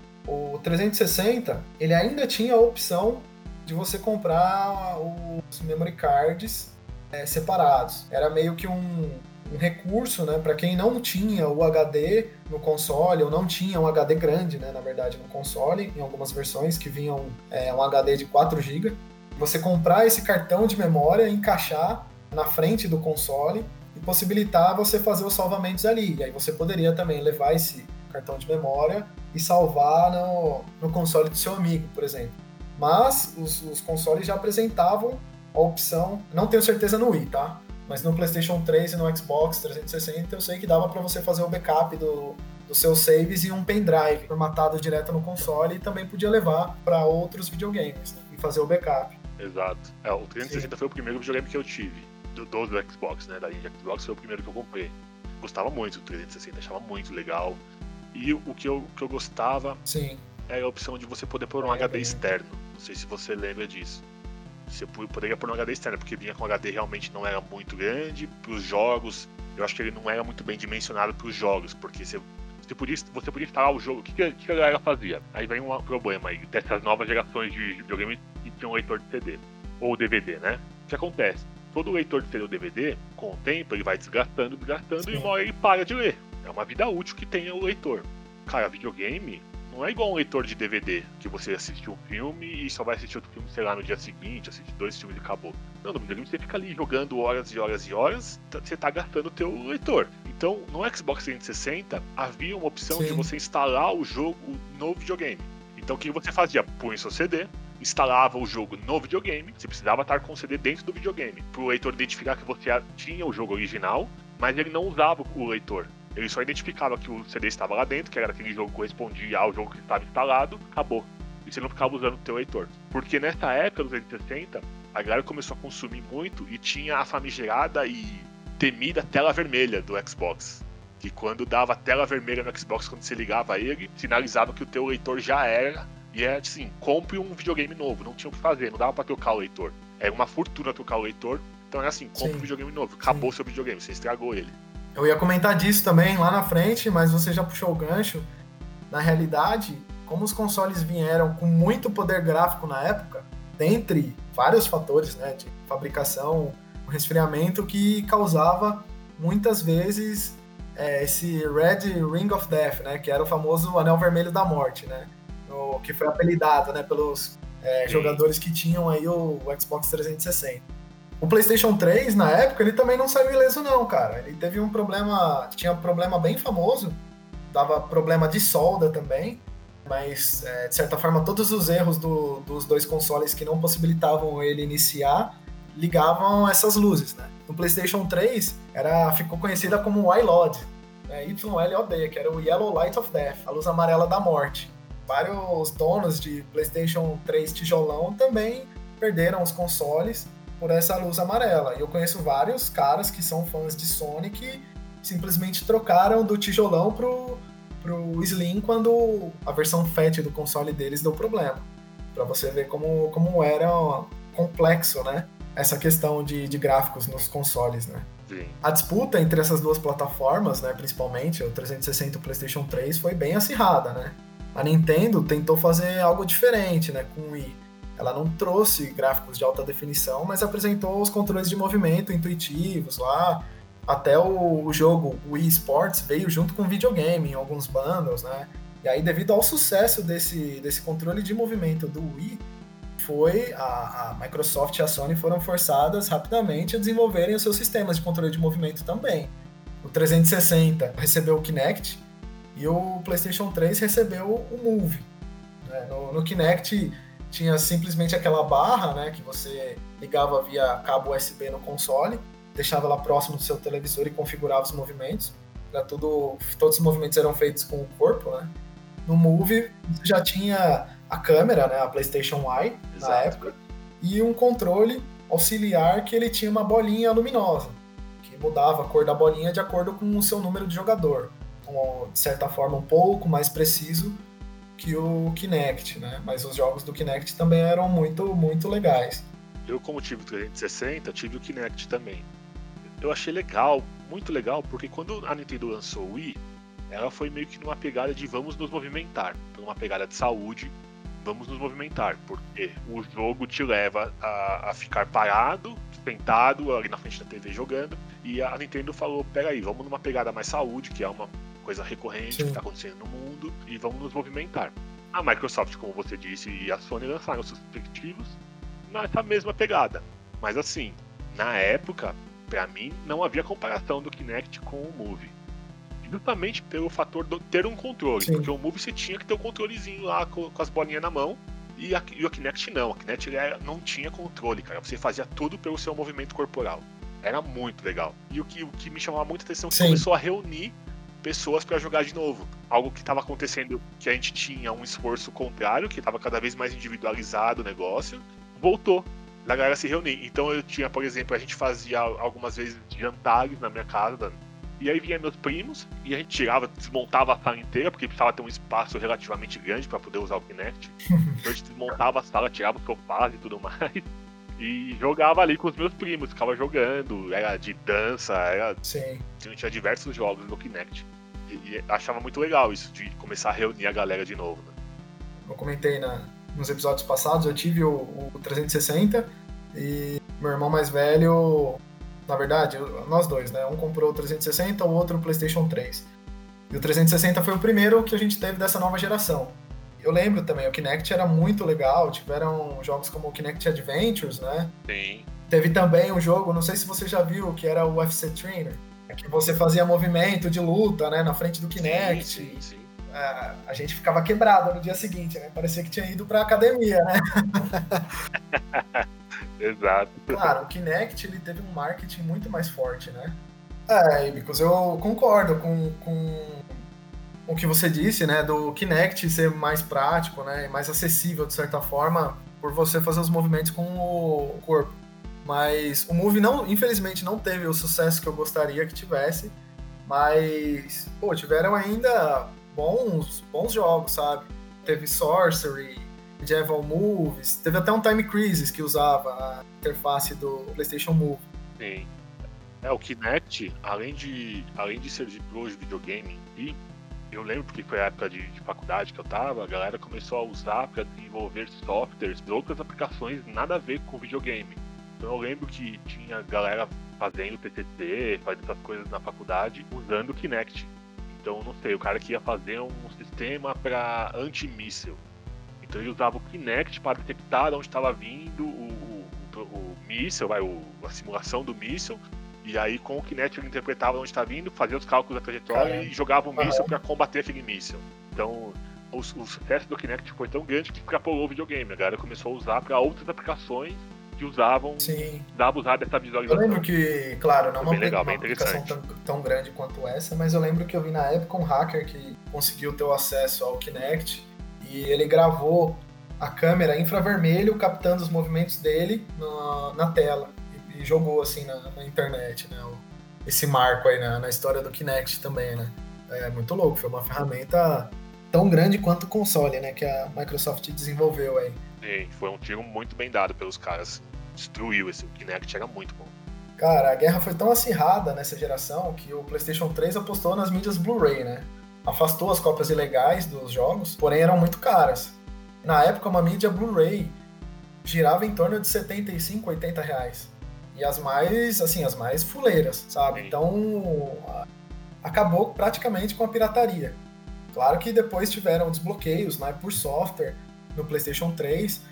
Speaker 3: O 360, ele ainda tinha a opção de você comprar os memory cards separados. Era meio que um recurso, né, para quem não tinha o HD no console, ou não tinha um HD grande, né, na verdade, no console, em algumas versões que vinham um HD de 4 GB. Você comprar esse cartão de memória, encaixar na frente do console e possibilitar você fazer os salvamentos ali. E aí você poderia também levar esse cartão de memória e salvar no console do seu amigo, por exemplo. Mas os consoles já apresentavam a opção, não tenho certeza no Wii, tá? Mas no PlayStation 3 e no Xbox 360 eu sei que dava para você fazer o backup dos seus saves em um pendrive formatado direto no console, e também podia levar para outros videogames, né, e fazer o backup.
Speaker 2: Exato. O 360 foi o primeiro videogame que eu tive, do Xbox, né? Da linha Xbox foi o primeiro que eu comprei. Gostava muito do 360, achava muito legal. E o que eu gostava era a opção de você poder pôr um HD externo. Não sei se você lembra disso. Você poderia pôr um HD externo, porque vinha com um HD realmente não era muito grande. Para os jogos, eu acho que ele não era muito bem dimensionado para os jogos, porque você podia instalar o jogo. O que a galera fazia? Aí vem um problema aí, dessas novas gerações de videogames que tinham um leitor de CD, ou DVD, né? O que acontece? Todo leitor de CD ou DVD, com o tempo, ele vai desgastando, e uma hora ele para de ler. É uma vida útil que tem o leitor. Cara, videogame não é igual um leitor de DVD, que você assiste um filme e só vai assistir outro filme, sei lá, no dia seguinte, assiste 2 filmes e acabou. Não, no videogame você fica ali jogando horas e horas e horas, você tá gastando o teu leitor. Então, no Xbox 360, havia uma opção de você instalar o jogo no videogame. Então, o que você fazia? Punha seu CD, instalava o jogo no videogame, você precisava estar com o CD dentro do videogame, para o leitor identificar que você tinha o jogo original, mas ele não usava o leitor. Ele só identificava que o CD estava lá dentro, que era aquele jogo que correspondia ao jogo que estava instalado, acabou. E você não ficava usando o teu leitor. Porque nessa época do 360, a galera começou a consumir muito e tinha a famigerada e temida tela vermelha do Xbox. Que quando dava tela vermelha no Xbox, quando você ligava ele, sinalizava que o teu leitor já era. E era assim, compre um videogame novo, não tinha o que fazer, não dava pra trocar o leitor. Era uma fortuna trocar o leitor. Então era assim, compra um videogame novo. Acabou seu videogame, você estragou ele.
Speaker 3: Eu ia comentar disso também lá na frente, mas você já puxou o gancho. Na realidade, como os consoles vieram com muito poder gráfico na época, dentre vários fatores, né, de fabricação, o resfriamento que causava muitas vezes esse Red Ring of Death, né, que era o famoso Anel Vermelho da Morte, né, que foi apelidado, né, pelos jogadores que tinham aí o Xbox 360. O PlayStation 3, na época, ele também não saiu ileso não, cara. Ele teve tinha um problema bem famoso, dava problema de solda também, mas, de certa forma, todos os erros dos dois consoles que não possibilitavam ele iniciar, ligavam essas luzes, né? No PlayStation 3, ficou conhecida como YLOD, né? YLOD, que era o Yellow Light of Death, a luz amarela da morte. Vários donos de PlayStation 3 tijolão também perderam os consoles por essa luz amarela. E eu conheço vários caras que são fãs de Sonic que simplesmente trocaram do tijolão pro Slim quando a versão FAT do console deles deu problema. Pra você ver como era complexo, né? Essa questão de gráficos nos consoles, né?
Speaker 2: Sim.
Speaker 3: A disputa entre essas duas plataformas, né, principalmente o 360 e o PlayStation 3, foi bem acirrada, né? A Nintendo tentou fazer algo diferente, né, com o Wii. Ela não trouxe gráficos de alta definição, mas apresentou os controles de movimento intuitivos lá. Até o jogo Wii Sports veio junto com videogame em alguns bundles, né? E aí, devido ao sucesso desse controle de movimento do Wii, a Microsoft e a Sony foram forçadas rapidamente a desenvolverem os seus sistemas de controle de movimento também. O 360 recebeu o Kinect e o PlayStation 3 recebeu o Move. Né? No Kinect tinha simplesmente aquela barra, né, que você ligava via cabo USB no console, deixava ela próximo do seu televisor e configurava os movimentos. Todos os movimentos eram feitos com o corpo, né? No Move você já tinha a câmera, né, a PlayStation Eye, na época, e um controle auxiliar que ele tinha uma bolinha luminosa, que mudava a cor da bolinha de acordo com o seu número de jogador. De certa forma, um pouco mais preciso que o Kinect, né? Mas os jogos do Kinect também eram muito, muito legais.
Speaker 2: Eu, como tive o 360, tive o Kinect também. Eu achei legal, muito legal, porque quando a Nintendo lançou o Wii, ela foi meio que numa pegada de vamos nos movimentar, numa pegada de saúde, vamos nos movimentar, porque o jogo te leva a ficar parado, sentado ali na frente da TV jogando, e a Nintendo falou, peraí, vamos numa pegada mais saúde, que é uma coisa recorrente que está acontecendo no mundo, e vamos nos movimentar. A Microsoft, como você disse, e a Sony lançaram seus respectivos nessa mesma pegada. Mas assim, na época, pra mim, não havia comparação do Kinect com o Move. Justamente pelo fator de ter um controle. Sim. Porque o Move você tinha que ter o controlezinho lá com as bolinhas na mão, e o Kinect não. O Kinect não tinha controle, cara. Você fazia tudo pelo seu movimento corporal. Era muito legal. E o que me chamava muita atenção é que começou a reunir pessoas para jogar de novo. Algo que estava acontecendo, que a gente tinha um esforço contrário, que estava cada vez mais individualizado o negócio, voltou da galera se reunir. Então eu tinha, por exemplo, a gente fazia algumas vezes jantares na minha casa, e aí vinha meus primos, e a gente desmontava a sala inteira, porque precisava ter um espaço relativamente grande para poder usar o Kinect. Então a gente desmontava a sala, tirava os sofás e tudo mais, e jogava ali com os meus primos, ficava jogando, era de dança, tinha diversos jogos no Kinect. E achava muito legal isso, de começar a reunir a galera de novo. Né?
Speaker 3: Eu comentei nos episódios passados, eu tive o 360 e meu irmão mais velho, na verdade, nós dois, né? Um comprou o 360, o outro o PlayStation 3. E o 360 foi o primeiro que a gente teve dessa nova geração. Eu lembro também, o Kinect era muito legal, tiveram jogos como o Kinect Adventures, né?
Speaker 2: Sim.
Speaker 3: Teve também um jogo, não sei se você já viu, que era o UFC Trainer, que você fazia movimento de luta, né, na frente do Kinect.
Speaker 2: Sim.
Speaker 3: A gente ficava quebrado no dia seguinte, né? Parecia que tinha ido pra academia, né?
Speaker 2: Exato.
Speaker 3: Claro, o Kinect, ele teve um marketing muito mais forte, né? Ibicos, eu concordo com o que você disse, né? Do Kinect ser mais prático, né? Mais acessível, de certa forma, por você fazer os movimentos com o corpo. Mas o Move, infelizmente, não teve o sucesso que eu gostaria que tivesse. Mas, tiveram ainda bons jogos, sabe? Teve Sorcery, Medieval Moves, teve até um Time Crisis que usava a interface do PlayStation Move.
Speaker 2: Sim. O Kinect, além de servir para os videogame em si, eu lembro porque foi a época de faculdade que eu tava, a galera começou a usar para desenvolver softwares de outras aplicações nada a ver com videogame. Então eu lembro que tinha galera fazendo TTT, fazendo essas coisas na faculdade, usando o Kinect. Então, não sei, o cara que ia fazer um sistema para antimíssil. Então ele usava o Kinect para detectar de onde estava vindo o míssil, a simulação do míssil. E aí com o Kinect ele interpretava onde está vindo, fazia os cálculos da trajetória e jogava o míssil para combater aquele míssil. Então o sucesso do Kinect foi tão grande que extrapolou o videogame. A galera começou a usar para outras aplicações que usavam, dava usar dessa visualização.
Speaker 3: Eu lembro que, claro, não
Speaker 2: legal,
Speaker 3: uma aplicação tão grande quanto essa, mas eu lembro que eu vi na época um hacker que conseguiu ter o acesso ao Kinect e ele gravou a câmera infravermelho captando os movimentos dele na tela e jogou assim na internet, né? Esse marco aí na história do Kinect também, né? É muito louco, foi uma ferramenta tão grande quanto o console, né? Que a Microsoft desenvolveu aí.
Speaker 2: Sim, foi um tiro muito bem dado pelos caras. Destruiu o Kinect, era muito bom.
Speaker 3: Cara, a guerra foi tão acirrada nessa geração que o PlayStation 3 apostou nas mídias Blu-ray, né? Afastou as cópias ilegais dos jogos, porém eram muito caras. Na época, uma mídia Blu-ray girava em torno de 75, 80 reais. E as mais fuleiras, sabe? Então, acabou praticamente com a pirataria. Claro que depois tiveram desbloqueios, né, por software no PlayStation 3.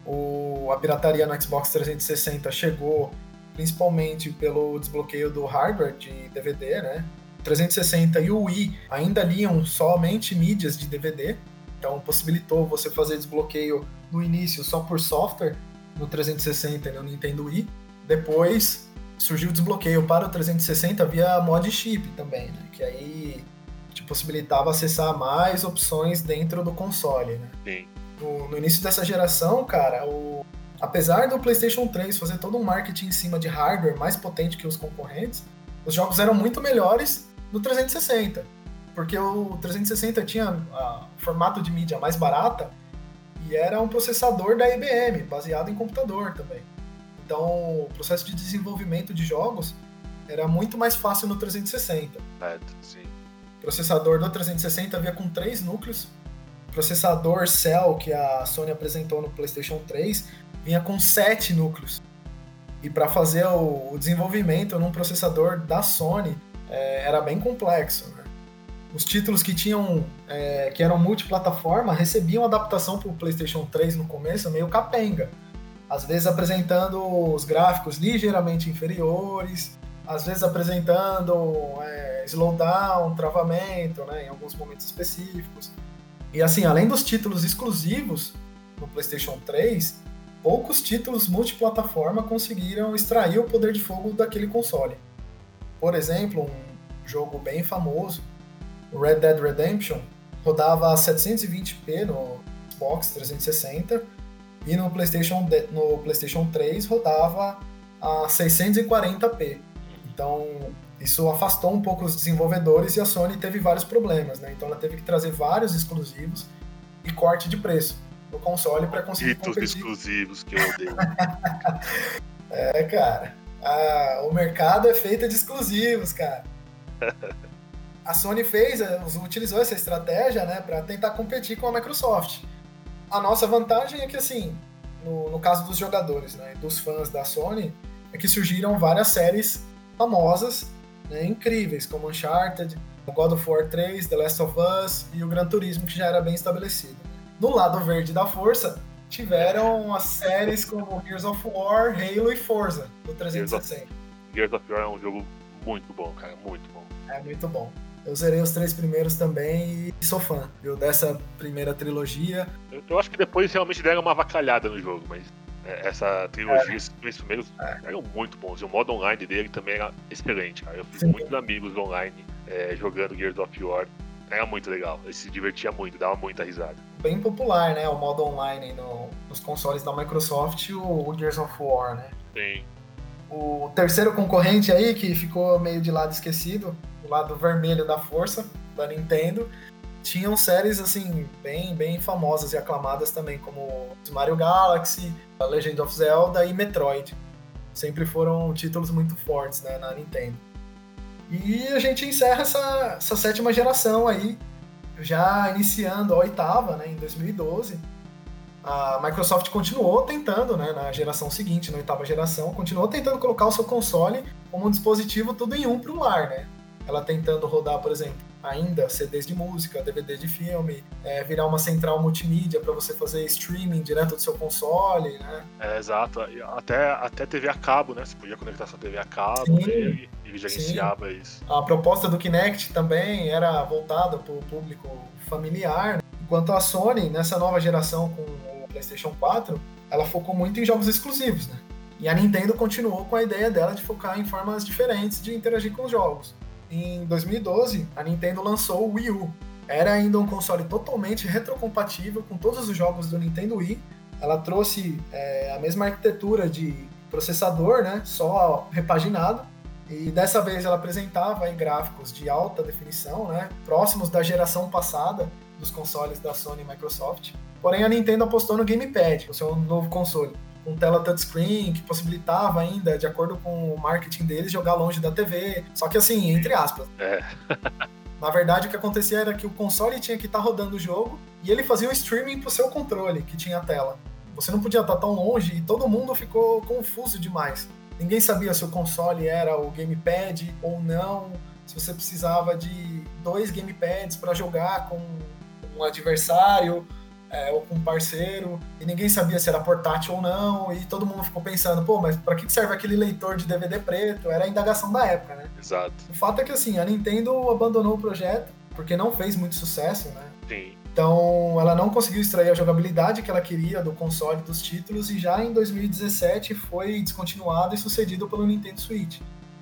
Speaker 3: A pirataria no Xbox 360 chegou principalmente pelo desbloqueio do hardware de DVD, né? O 360 e o Wii ainda liam somente mídias de DVD, então possibilitou você fazer desbloqueio no início só por software no 360 e no Nintendo Wii. Depois surgiu o desbloqueio para o 360 via mod chip também, né? Que aí te possibilitava acessar mais opções dentro do console, né?
Speaker 2: Sim.
Speaker 3: No início dessa geração, cara, apesar do PlayStation 3 fazer todo um marketing em cima de hardware mais potente que os concorrentes, os jogos eram muito melhores no 360, porque o 360 tinha formato de mídia mais barata e era um processador da IBM, baseado em computador também. Então, o processo de desenvolvimento de jogos era muito mais fácil no 360.
Speaker 2: Sim.
Speaker 3: O processador do 360 vinha com 3 núcleos. O processador Cell, que a Sony apresentou no PlayStation 3, vinha com 7 núcleos. E para fazer o desenvolvimento num processador da Sony era bem complexo, né? Os títulos que eram multiplataforma recebiam adaptação para o PlayStation 3 no começo meio capenga. Às vezes apresentando os gráficos ligeiramente inferiores, às vezes apresentando slowdown, travamento, né, em alguns momentos específicos. E assim, além dos títulos exclusivos no PlayStation 3, poucos títulos multiplataforma conseguiram extrair o poder de fogo daquele console. Por exemplo, um jogo bem famoso, o Red Dead Redemption, rodava a 720p no Xbox 360 e no PlayStation 3 rodava a 640p. Então, isso afastou um pouco os desenvolvedores e a Sony teve vários problemas, né? Então ela teve que trazer vários exclusivos e corte de preço no console para conseguir competir.
Speaker 2: Exclusivos que eu odeio.
Speaker 3: Cara. O mercado é feito de exclusivos, cara. A Sony utilizou essa estratégia, né, para tentar competir com a Microsoft. A nossa vantagem é que, assim, no caso dos jogadores, né, dos fãs da Sony, é que surgiram várias séries famosas, né, incríveis, como Uncharted, God of War 3, The Last of Us e o Gran Turismo, que já era bem estabelecido. No lado verde da força, tiveram as séries como Gears of War, Halo e Forza, do 360.
Speaker 2: Gears of War é um jogo muito bom, cara, muito bom.
Speaker 3: É muito bom. Eu zerei os 3 primeiros também e sou fã, viu, dessa primeira trilogia.
Speaker 2: Eu acho que depois realmente deram uma avacalhada no jogo, mas essa trilogia, esses 3 primeiros eram muito bons. E o modo online dele também era excelente, cara. Eu fiz muitos amigos online jogando Gears of War. Era muito legal, ele se divertia muito, dava muita risada.
Speaker 3: Bem popular, né, o modo online nos consoles da Microsoft, o Gears of War, né?
Speaker 2: Sim.
Speaker 3: O terceiro concorrente aí, que ficou meio de lado esquecido, o lado vermelho da força, da Nintendo, tinham séries, assim, bem, bem famosas e aclamadas também, como Mario Galaxy, Legend of Zelda e Metroid. sempre foram títulos muito fortes, né, na Nintendo. E a gente encerra essa 7ª geração aí, já iniciando a 8ª, né, em 2012. A Microsoft continuou tentando, né, na geração seguinte, na 8ª geração, continuou tentando colocar o seu console como um dispositivo tudo em um para o lar, né? Ela tentando rodar, por exemplo, ainda CDs de música, DVD de filme, virar uma central multimídia para você fazer streaming direto do seu console, né?
Speaker 2: Exato. Até TV a cabo, né? Você podia conectar sua TV a cabo,
Speaker 3: Sim,
Speaker 2: e ele gerenciava isso.
Speaker 3: A proposta do Kinect também era voltada para o público familiar, né? Enquanto a Sony, nessa nova geração com o PlayStation 4, ela focou muito em jogos exclusivos, né? E a Nintendo continuou com a ideia dela de focar em formas diferentes de interagir com os jogos. Em 2012, a Nintendo lançou o Wii U. Era ainda um console totalmente retrocompatível com todos os jogos do Nintendo Wii. Ela trouxe a mesma arquitetura de processador, né, só repaginado. E dessa vez ela apresentava aí gráficos de alta definição, né, próximos da geração passada dos consoles da Sony e Microsoft. Porém, a Nintendo apostou no Gamepad, o seu novo console, com tela touchscreen, que possibilitava ainda, de acordo com o marketing deles, jogar longe da TV. Só que assim, entre aspas. Na verdade, o que acontecia era que o console tinha que estar rodando o jogo e ele fazia o streaming pro seu controle, que tinha a tela. Você não podia estar tão longe e todo mundo ficou confuso demais. Ninguém sabia se o console era o Gamepad ou não, se você precisava de 2 Gamepads para jogar com um adversário, ou com um parceiro, e ninguém sabia se era portátil ou não, e todo mundo ficou pensando, pô, mas pra que serve aquele leitor de DVD preto? Era a indagação da época, né?
Speaker 2: Exato.
Speaker 3: O fato é que, assim, a Nintendo abandonou o projeto, porque não fez muito sucesso, né?
Speaker 2: Sim.
Speaker 3: Então, ela não conseguiu extrair a jogabilidade que ela queria do console dos títulos, e já em 2017 foi descontinuado e sucedido pelo Nintendo Switch.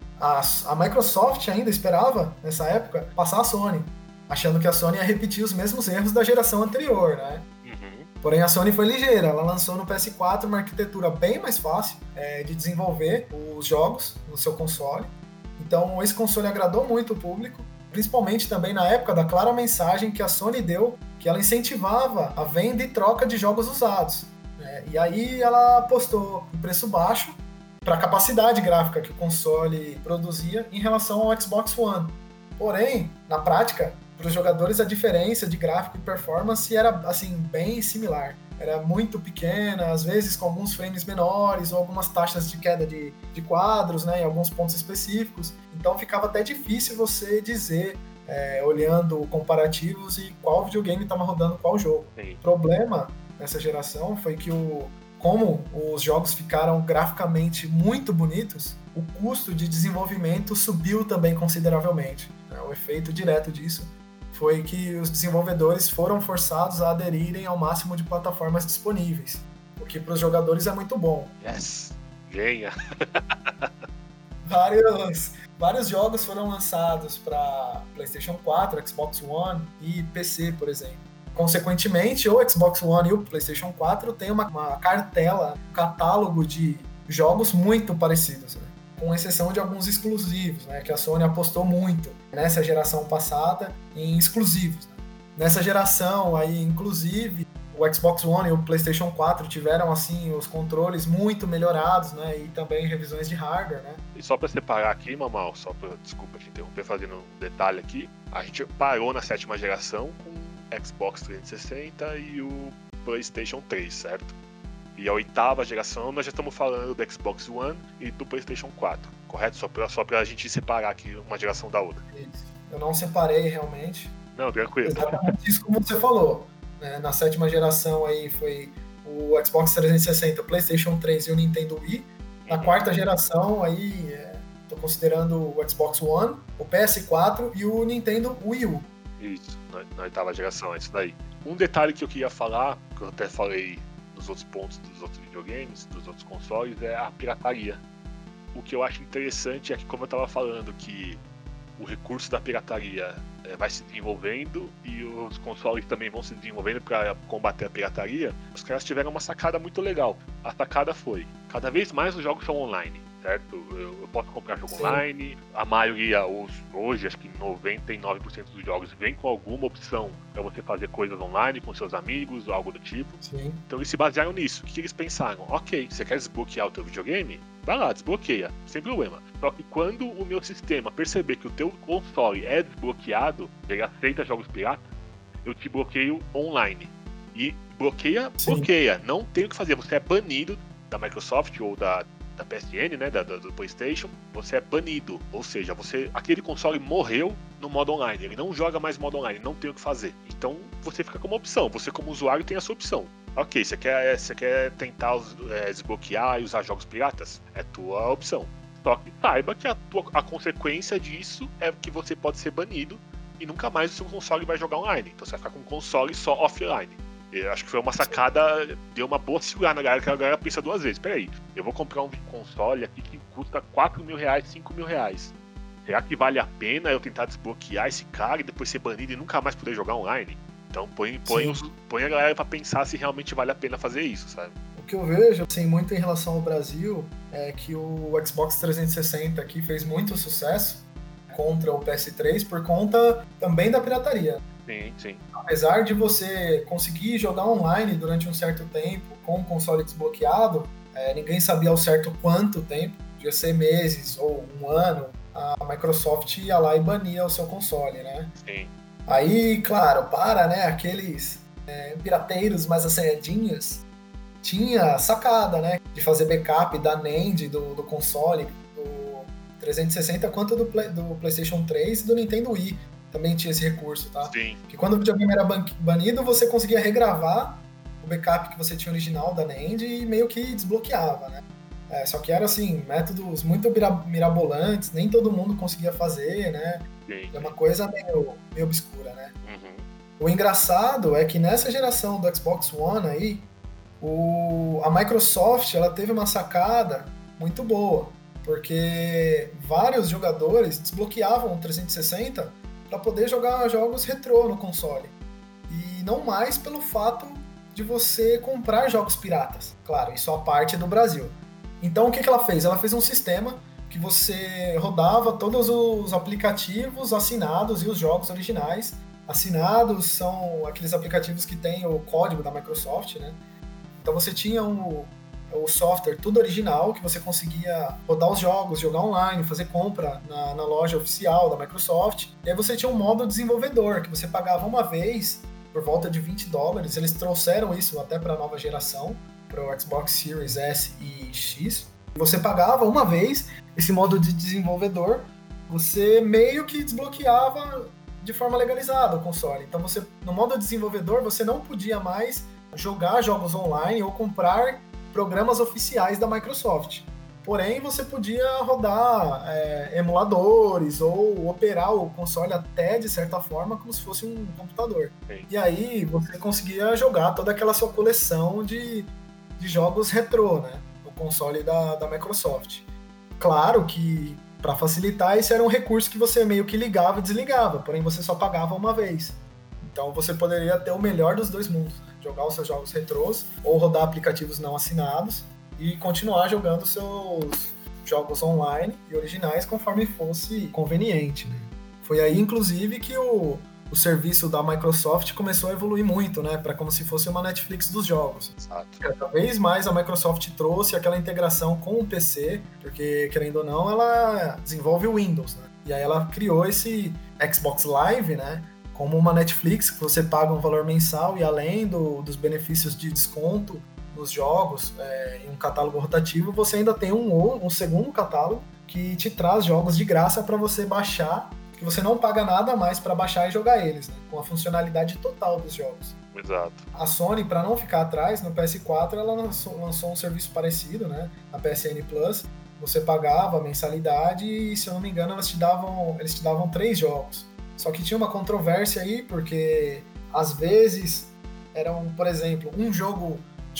Speaker 3: A Microsoft ainda esperava, nessa época, passar a Sony, achando que a Sony ia repetir os mesmos erros da geração anterior, né? Porém, a Sony foi ligeira, ela lançou no PS4 uma arquitetura bem mais fácil de desenvolver os jogos no seu console. Então, esse console agradou muito o público, principalmente também na época da clara mensagem que a Sony deu, que ela incentivava a venda e troca de jogos usados. E aí ela apostou em preço baixo para a capacidade gráfica que o console produzia em relação ao Xbox One. Porém, na prática, para os jogadores a diferença de gráfico e performance era assim bem similar. Era muito pequena, às vezes com alguns frames menores ou algumas taxas de queda de quadros, né, em alguns pontos específicos. Então ficava até difícil você dizer, olhando comparativos, e qual videogame estava rodando qual jogo.
Speaker 2: Sim.
Speaker 3: O problema nessa geração foi que como os jogos ficaram graficamente muito bonitos, o custo de desenvolvimento subiu também consideravelmente. O efeito direto disso foi que os desenvolvedores foram forçados a aderirem ao máximo de plataformas disponíveis, o que para os jogadores é muito bom.
Speaker 2: Yes! Ganha!
Speaker 3: Vários jogos foram lançados para PlayStation 4, Xbox One e PC, por exemplo. Consequentemente, o Xbox One e o PlayStation 4 têm uma cartela, um catálogo de jogos muito parecidos, né? Com exceção de alguns exclusivos, né, que a Sony apostou muito nessa geração passada em exclusivos. Né? Nessa geração aí, inclusive, o Xbox One e o PlayStation 4 tiveram assim os controles muito melhorados, né, e também revisões de hardware, né?
Speaker 2: E só para separar aqui, Mamal, desculpa te interromper fazendo um detalhe aqui, a gente parou na 7ª geração com o Xbox 360 e o PlayStation 3, certo? E a 8ª geração nós já estamos falando do Xbox One e do PlayStation 4, correto? Só pra gente separar aqui uma geração da outra.
Speaker 3: Isso. Eu não separei realmente.
Speaker 2: Não, tranquilo.
Speaker 3: Exatamente isso como você falou. Na 7ª geração aí foi o Xbox 360, o PlayStation 3 e o Nintendo Wii. Na 4ª geração aí tô considerando o Xbox One, o PS4 e o Nintendo Wii U.
Speaker 2: Isso, na 8ª geração, é isso daí. Um detalhe que eu queria falar, que eu até falei nos outros pontos dos outros videogames, dos outros consoles, é a pirataria. O que eu acho interessante é que, como eu estava falando, que o recurso da pirataria vai se desenvolvendo e os consoles também vão se desenvolvendo para combater a pirataria, os caras tiveram uma sacada muito legal. A sacada foi, cada vez mais os jogos são online. certo? Eu posso comprar jogo
Speaker 3: Sim.
Speaker 2: online, a maioria, hoje, acho que 99% dos jogos vem com alguma opção para você fazer coisas online com seus amigos, algo do tipo.
Speaker 3: Sim.
Speaker 2: Então eles se basearam nisso. O que eles pensaram? Ok, você quer desbloquear o teu videogame? Vai lá, desbloqueia, sem problema. Só que quando o meu sistema perceber que o teu console é desbloqueado, ele aceita jogos piratas, eu te bloqueio online. E bloqueia, não tem o que fazer, você é banido da Microsoft ou da PSN, né, do PlayStation, você é banido, ou seja, aquele console morreu no modo online, ele não joga mais modo online, não tem o que fazer. Então você fica como opção, você como usuário tem a sua opção. Ok, você quer tentar desbloquear e usar jogos piratas? É tua opção. Só que saiba que a consequência disso é que você pode ser banido e nunca mais o seu console vai jogar online. Então você vai ficar com um console só offline. Eu acho que foi uma sacada, deu uma boa segurada na galera, que a galera pensa duas vezes. Peraí, eu vou comprar um console aqui que custa 4 mil reais, 5 mil reais. Será que vale a pena eu tentar desbloquear esse cara e depois ser banido e nunca mais poder jogar online? Então põe a galera pra pensar se realmente vale a pena fazer isso, sabe?
Speaker 3: O que eu vejo, assim, muito em relação ao Brasil, é que o Xbox 360 aqui fez muito sucesso contra o PS3 por conta também da pirataria.
Speaker 2: Sim.
Speaker 3: Apesar de você conseguir jogar online durante um certo tempo com o console desbloqueado, ninguém sabia ao certo quanto tempo, podia ser meses ou um ano, a Microsoft ia lá e bania o seu console, né?
Speaker 2: Sim.
Speaker 3: Aí, claro, aqueles pirateiros mais assanhadinhos, tinha sacada, né? De fazer backup da NAND do console, do 360, quanto do PlayStation 3 e do Nintendo Wii. Também tinha esse recurso, tá?
Speaker 2: Sim.
Speaker 3: Que quando o videogame era banido, você conseguia regravar o backup que você tinha original da NAND e meio que desbloqueava, né? Só que eram, assim, métodos muito mirabolantes, nem todo mundo conseguia fazer, né?
Speaker 2: Sim.
Speaker 3: É uma coisa meio obscura, né?
Speaker 2: Uhum.
Speaker 3: O engraçado é que nessa geração do Xbox One aí, a Microsoft ela teve uma sacada muito boa, porque vários jogadores desbloqueavam o 360 para poder jogar jogos retrô no console. E não mais pelo fato de você comprar jogos piratas. Claro, isso a parte do Brasil. Então o que ela fez? Ela fez um sistema que você rodava todos os aplicativos assinados e os jogos originais. Assinados são aqueles aplicativos que têm o código da Microsoft, né? Então você tinha o software tudo original, que você conseguia rodar os jogos, jogar online, fazer compra na loja oficial da Microsoft. E aí você tinha um modo desenvolvedor, que você pagava uma vez, por volta de $20. Eles trouxeram isso até para a nova geração, para o Xbox Series S e X. Você pagava uma vez esse modo de desenvolvedor, você meio que desbloqueava de forma legalizada o console. Então no modo desenvolvedor você não podia mais jogar jogos online ou comprar programas oficiais da Microsoft. Porém, você podia rodar emuladores ou operar o console até, de certa forma, como se fosse um computador.
Speaker 2: Sim.
Speaker 3: E aí você conseguia jogar toda aquela sua coleção de jogos retrô, né, no console da Microsoft. Claro que, para facilitar, esse era um recurso que você meio que ligava e desligava, porém você só pagava uma vez. Então você poderia ter o melhor dos dois mundos, né? Jogar os seus jogos retrôs ou rodar aplicativos não assinados e continuar jogando seus jogos online e originais conforme fosse conveniente, né? Foi aí, inclusive, que o serviço da Microsoft começou a evoluir muito, né? Para como se fosse uma Netflix dos jogos.
Speaker 2: Exato.
Speaker 3: Cada vez mais a Microsoft trouxe aquela integração com o PC, porque, querendo ou não, ela desenvolve o Windows, né? E aí ela criou esse Xbox Live, né? Como uma Netflix, que você paga um valor mensal e além dos benefícios de desconto nos jogos em um catálogo rotativo, você ainda tem um segundo catálogo que te traz jogos de graça para você baixar, que você não paga nada mais para baixar e jogar eles, né? Com a funcionalidade total dos jogos.
Speaker 2: Exato.
Speaker 3: A Sony, para não ficar atrás, no PS4 ela lançou um serviço parecido, né? A PSN Plus. Você pagava a mensalidade e, se eu não me engano, eles te davam 3 jogos. Só que tinha uma controvérsia aí, porque às vezes eram, por exemplo, um jogo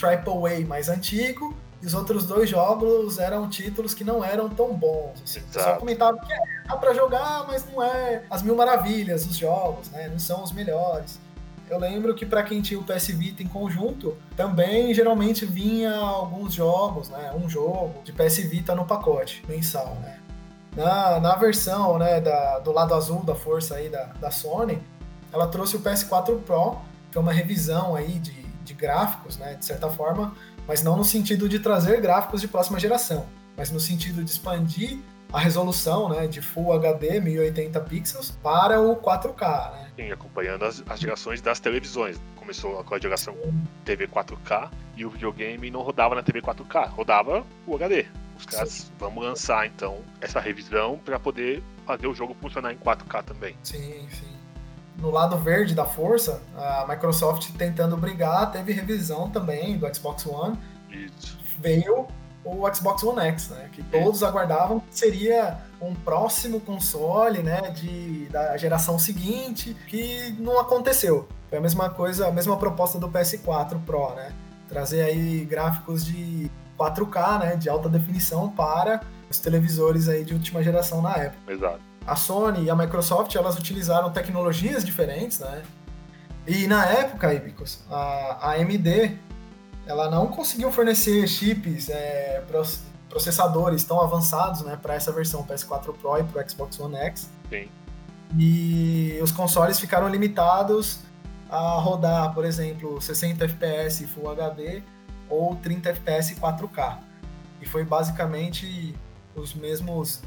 Speaker 3: AAA mais antigo e os outros 2 jogos eram títulos que não eram tão bons. Assim. O pessoal comentava que dá pra jogar, mas não é as mil maravilhas os jogos, né? Não são os melhores. eu lembro que para quem tinha o PS Vita em conjunto, também geralmente vinha alguns jogos, né? Um jogo de PS Vita no pacote mensal, né? Na versão, né, do lado azul da força aí da Sony, ela trouxe o PS4 Pro, que é uma revisão aí de gráficos, né, de certa forma, mas não no sentido de trazer gráficos de próxima geração, mas no sentido de expandir a resolução, né, de Full HD 1080 pixels para o 4K, né?
Speaker 2: Sim, acompanhando as gerações das televisões. Começou com a geração TV 4K e o videogame não rodava na TV 4K, rodava o HD. Os caras, vamos lançar então essa revisão para poder fazer o jogo funcionar em 4K também.
Speaker 3: Sim. No lado verde da força, a Microsoft tentando brigar, teve revisão também do Xbox One.
Speaker 2: Isso.
Speaker 3: Veio o Xbox One X, né, que todos aguardavam que seria um próximo console, né, da geração seguinte, que não aconteceu. Foi a mesma coisa, a mesma proposta do PS4 Pro, né, trazer aí gráficos de 4K, né, de alta definição para os televisores aí de última geração na época.
Speaker 2: Exato.
Speaker 3: A Sony e a Microsoft, elas utilizaram tecnologias diferentes, né, e na época, Ibicos, a AMD, ela não conseguiu fornecer chips, processadores tão avançados, né, para essa versão PS4 Pro e para o Xbox One X.
Speaker 2: Sim.
Speaker 3: E os consoles ficaram limitados a rodar, por exemplo, 60 FPS Full HD ou 30 FPS 4K. E foi basicamente os mesmos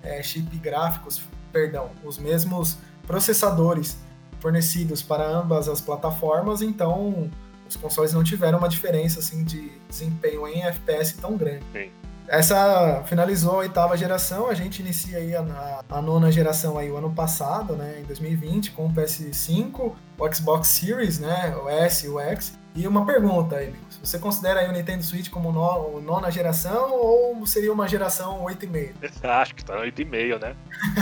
Speaker 3: os mesmos processadores fornecidos para ambas as plataformas, então os consoles não tiveram uma diferença assim, de desempenho em FPS tão grande.
Speaker 2: Sim.
Speaker 3: Essa finalizou a 8ª geração, a gente inicia aí a 9ª geração aí o ano passado, né, em 2020, com o PS5, o Xbox Series, né, o S e o X. E uma pergunta aí, você considera aí o Nintendo Switch como 9ª geração ou seria uma geração 8,5?
Speaker 2: Acho que tá no 8,5, né?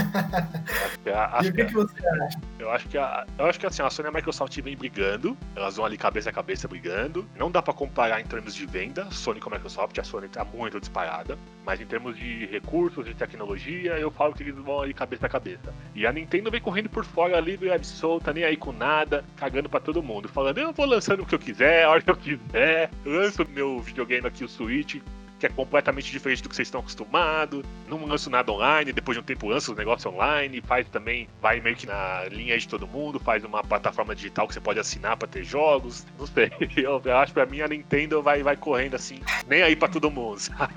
Speaker 3: E o que você acha?
Speaker 2: Eu acho que assim, a Sony e a Microsoft vêm brigando, elas vão ali cabeça a cabeça brigando. Não dá pra comparar em termos de venda, Sony com a Microsoft, a Sony tá muito disparada, mas em termos de recursos, de tecnologia, eu falo que eles vão ali cabeça a cabeça. E a Nintendo vem correndo por fora, livre e solta, nem aí com nada, cagando pra todo mundo, falando, eu vou lançando o que eu quiser, a hora que eu quiser, lanço meu videogame aqui, o Switch, que é completamente diferente do que vocês estão acostumados, não lanço nada online, depois de um tempo lança os negócios online, faz também, vai meio que na linha de todo mundo, faz uma plataforma digital que você pode assinar pra ter jogos, não sei, eu acho que pra mim a Nintendo vai correndo assim, nem aí pra todo mundo, sabe?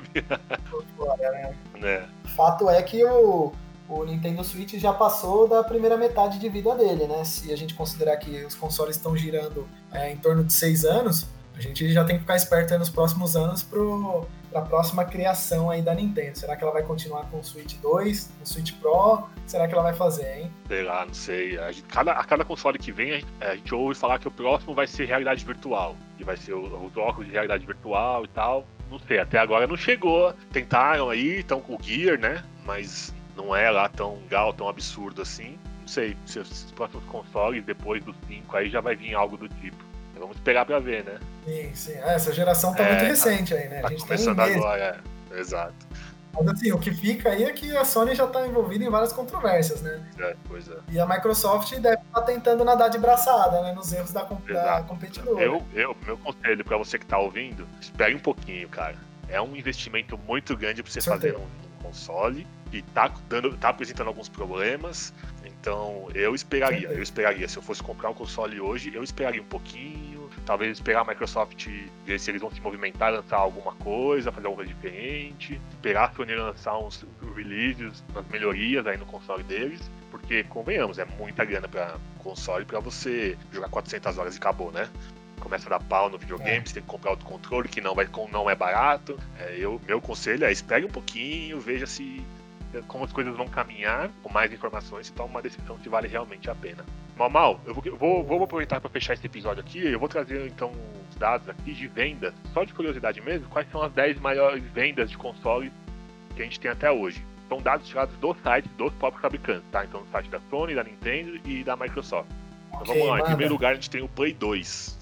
Speaker 3: Né? Fato é que o Nintendo Switch já passou da primeira metade de vida dele, né? Se a gente considerar que os consoles estão girando em torno de 6 anos, a gente já tem que ficar esperto aí nos próximos anos para a próxima criação aí da Nintendo. Será que ela vai continuar com o Switch 2, o Switch Pro? Será que ela vai fazer, hein?
Speaker 2: Sei lá, não sei. A cada console que vem, a gente ouve falar que o próximo vai ser realidade virtual. Que vai ser os óculos de realidade virtual e tal. Não sei, até agora não chegou. Tentaram aí, estão com o Gear, né? Mas não é lá tão legal, tão absurdo assim. Não sei, se os próximos consoles, depois dos 5, aí já vai vir algo do tipo. Vamos esperar pra ver, né?
Speaker 3: Sim. Essa geração tá muito recente aí, né?
Speaker 2: Tá
Speaker 3: a gente
Speaker 2: começando
Speaker 3: tem
Speaker 2: agora, exato.
Speaker 3: Mas assim, o que fica aí é que a Sony já tá envolvida em várias controvérsias, né?
Speaker 2: Pois é.
Speaker 3: E a Microsoft deve estar tentando nadar de braçada, né? Nos erros da competidora.
Speaker 2: Meu conselho pra você que tá ouvindo, espere um pouquinho, cara. É um investimento muito grande pra você fazer um console que tá apresentando alguns problemas. Então eu esperaria. Se eu fosse comprar um console hoje, eu esperaria um pouquinho. Talvez esperar a Microsoft ver se eles vão se movimentar, lançar alguma coisa, fazer alguma coisa diferente. Esperar a Sony lançar uns releases, umas melhorias aí no console deles. Porque, convenhamos, é muita grana pra console pra você jogar 400 horas e acabou, né? Começa a dar pau no videogame, você tem que comprar outro controle que não é barato. Meu conselho é espere um pouquinho, veja como as coisas vão caminhar, com mais informações, e toma uma decisão se vale realmente a pena. Mal, eu vou aproveitar para fechar esse episódio aqui, eu vou trazer então os dados aqui de vendas, só de curiosidade mesmo, quais são as 10 maiores vendas de consoles que a gente tem até hoje. São dados tirados do site dos próprios fabricantes, tá? Então no site da Sony, da Nintendo e da Microsoft. Então vamos lá, em primeiro lugar a gente tem o Play 2.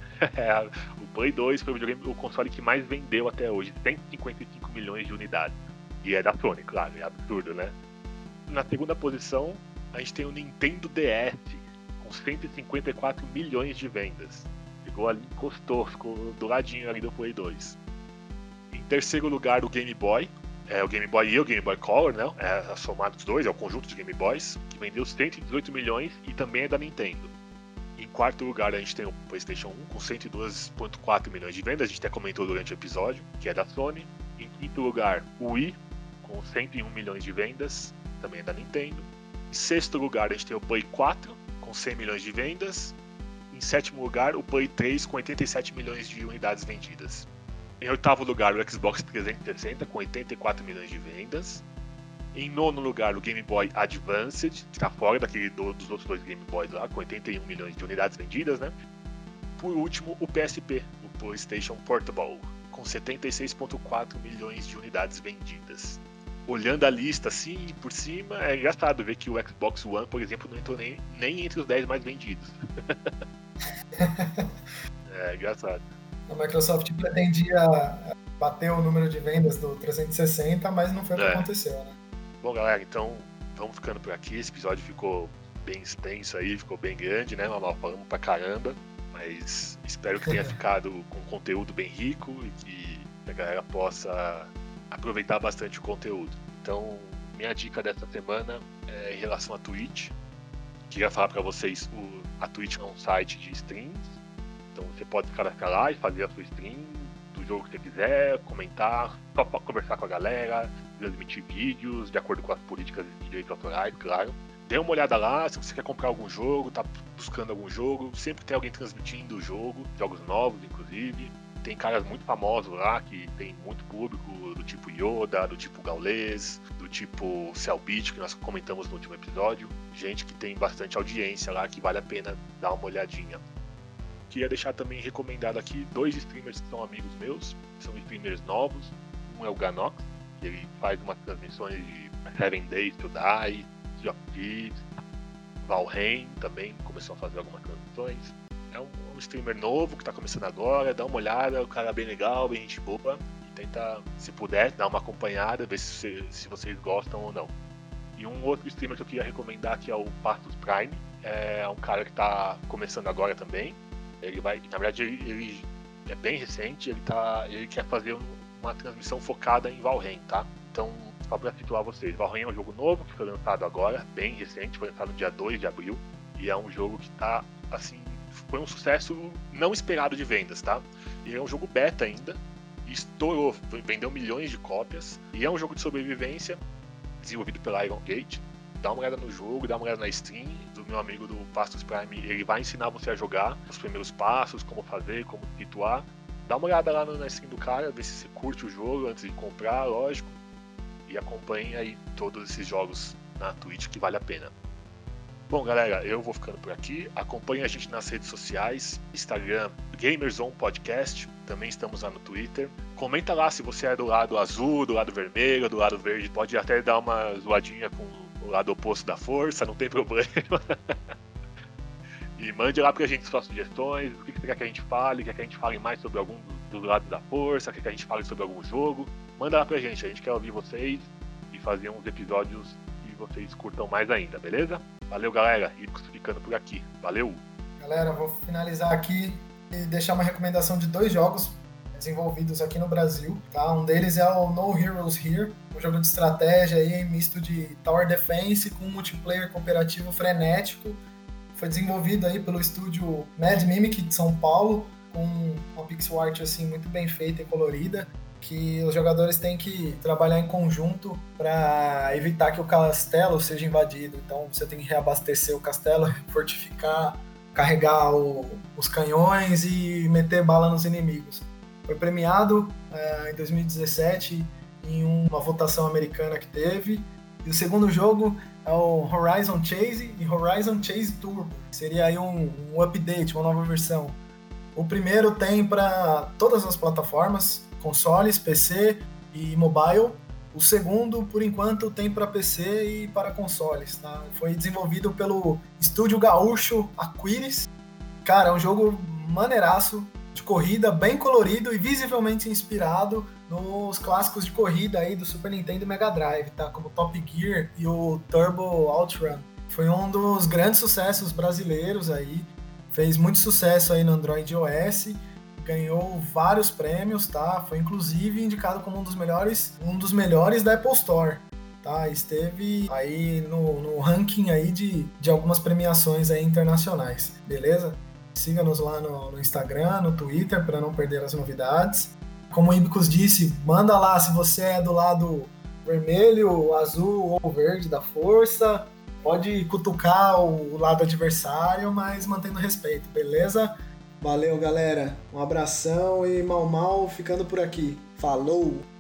Speaker 2: O Play 2 foi o console que mais vendeu até hoje, 155 milhões de unidades. E é da Sony, claro, é absurdo, né? Na segunda posição, a gente tem o Nintendo DS, com 154 milhões de vendas. Ficou ali, encostou, ficou do ladinho ali do Play 2. Em terceiro lugar, o Game Boy. O Game Boy e o Game Boy Color, né? Somado os dois, é o conjunto de Game Boys, que vendeu 118 milhões e também é da Nintendo. Em quarto lugar, a gente tem o PlayStation 1 com 102,4 milhões de vendas, a gente até comentou durante o episódio, que é da Sony. Em quinto lugar, o Wii, com 101 milhões de vendas, também é da Nintendo. Em sexto lugar, a gente tem o Play 4, com 100 milhões de vendas. Em sétimo lugar, o Play 3, com 87 milhões de unidades vendidas. Em oitavo lugar, o Xbox 360, com 84 milhões de vendas. Em nono lugar, o Game Boy Advance, que está fora dos outros dois Game Boys lá, com 81 milhões de unidades vendidas, né? Por último, o PSP, o PlayStation Portable, com 76,4 milhões de unidades vendidas. Olhando a lista assim, por cima, é engraçado ver que o Xbox One, por exemplo, não entrou nem entre os 10 mais vendidos. É engraçado.
Speaker 3: A Microsoft pretendia bater o número de vendas do 360, mas não foi o que aconteceu, né?
Speaker 2: Bom, galera, então vamos ficando por aqui. Esse episódio ficou bem extenso aí, ficou bem grande, né? Nós falamos pra caramba, mas espero que tenha ficado com conteúdo bem rico e que a galera possa aproveitar bastante o conteúdo. Então, minha dica dessa semana é em relação à Twitch. Queria falar pra vocês, a Twitch é um site de streams. Então você pode cadastrar lá e fazer a sua stream do jogo que você quiser, comentar, só conversar com a galera, transmitir vídeos de acordo com as políticas de direitos autorais, claro. Dê uma olhada lá, se você quer comprar algum jogo, tá buscando algum jogo, sempre tem alguém transmitindo o jogo, jogos novos inclusive. Tem caras muito famosos lá, que tem muito público, do tipo Yoda, do tipo Gaules, do tipo Cellbit, que nós comentamos no último episódio. Gente que tem bastante audiência lá, que vale a pena dar uma olhadinha. Queria deixar também recomendado aqui 2 streamers que são amigos meus, são streamers novos. Um é o Ganox, que ele faz umas transmissões de 7 Days to Die, Sea of Thieves, Valheim também começou a fazer algumas transmissões. É um streamer novo que está começando agora, dá uma olhada, o cara é bem legal, bem gente boa, e tenta, se puder, dar uma acompanhada, ver se vocês gostam ou não. E um outro streamer que eu queria recomendar que é o Pastos Prime, é um cara que está começando agora também. Ele vai, na verdade, ele é bem recente, ele quer fazer uma transmissão focada em Valheim, tá? Então, só para situar vocês, Valheim é um jogo novo que foi lançado agora, bem recente, foi lançado no dia 2 de abril, e é um jogo que tá, assim, foi um sucesso não esperado de vendas, tá? E é um jogo beta ainda, e estourou, vendeu milhões de cópias, e é um jogo de sobrevivência, desenvolvido pela Iron Gate. Dá uma olhada no jogo, dá uma olhada na stream do meu amigo do Pastos Prime, ele vai ensinar você a jogar os primeiros passos, como fazer, como situar. Dá uma olhada lá na stream do cara, ver se você curte o jogo antes de comprar, lógico. E acompanhe aí todos esses jogos na Twitch que vale a pena. Bom, galera, eu vou ficando por aqui. Acompanhe a gente nas redes sociais, Instagram, GamersOn Podcast. Também estamos lá no Twitter. Comenta lá se você é do lado azul, do lado vermelho, do lado verde. Pode até dar uma zoadinha com o lado oposto da força, não tem problema. E mande lá pra gente suas sugestões, o que você quer que a gente fale, quer que a gente fale mais sobre algum dos lados da força, quer que a gente fale sobre algum jogo. Manda lá pra gente, a gente quer ouvir vocês e fazer uns episódios que vocês curtam mais ainda, beleza? Valeu, galera, e ficando por aqui. Valeu!
Speaker 3: Galera, vou finalizar aqui e deixar uma recomendação de 2 jogos desenvolvidos aqui no Brasil, tá? Um deles é o No Heroes Here, um jogo de estratégia aí, misto de Tower Defense com multiplayer cooperativo frenético. Foi desenvolvido aí pelo estúdio Mad Mimic de São Paulo, com uma pixel art assim, muito bem feita e colorida, que os jogadores têm que trabalhar em conjunto para evitar que o castelo seja invadido. Então você tem que reabastecer o castelo, fortificar, carregar os canhões e meter bala nos inimigos. Foi premiado em 2017 em uma votação americana que teve. E o segundo jogo é o Horizon Chase e Horizon Chase Turbo. Seria aí um update, uma nova versão. O primeiro tem para todas as plataformas, consoles, PC e mobile. O segundo, por enquanto, tem para PC e para consoles. Tá? Foi desenvolvido pelo estúdio gaúcho Aquiles. Cara, é um jogo maneiraço, de corrida, bem colorido e visivelmente inspirado nos clássicos de corrida aí do Super Nintendo e Mega Drive, tá? Como Top Gear e o Turbo Outrun. Foi um dos grandes sucessos brasileiros aí, fez muito sucesso aí no Android e iOS, ganhou vários prêmios, tá? Foi inclusive indicado como um dos melhores da Apple Store, tá? Esteve aí no ranking aí de algumas premiações aí internacionais, beleza? Siga-nos lá no Instagram, no Twitter, para não perder as novidades. Como o Ibicus disse, manda lá se você é do lado vermelho, azul ou verde da força. Pode cutucar o lado adversário, mas mantendo respeito, beleza? Valeu, galera. Um abração e mal ficando por aqui. Falou!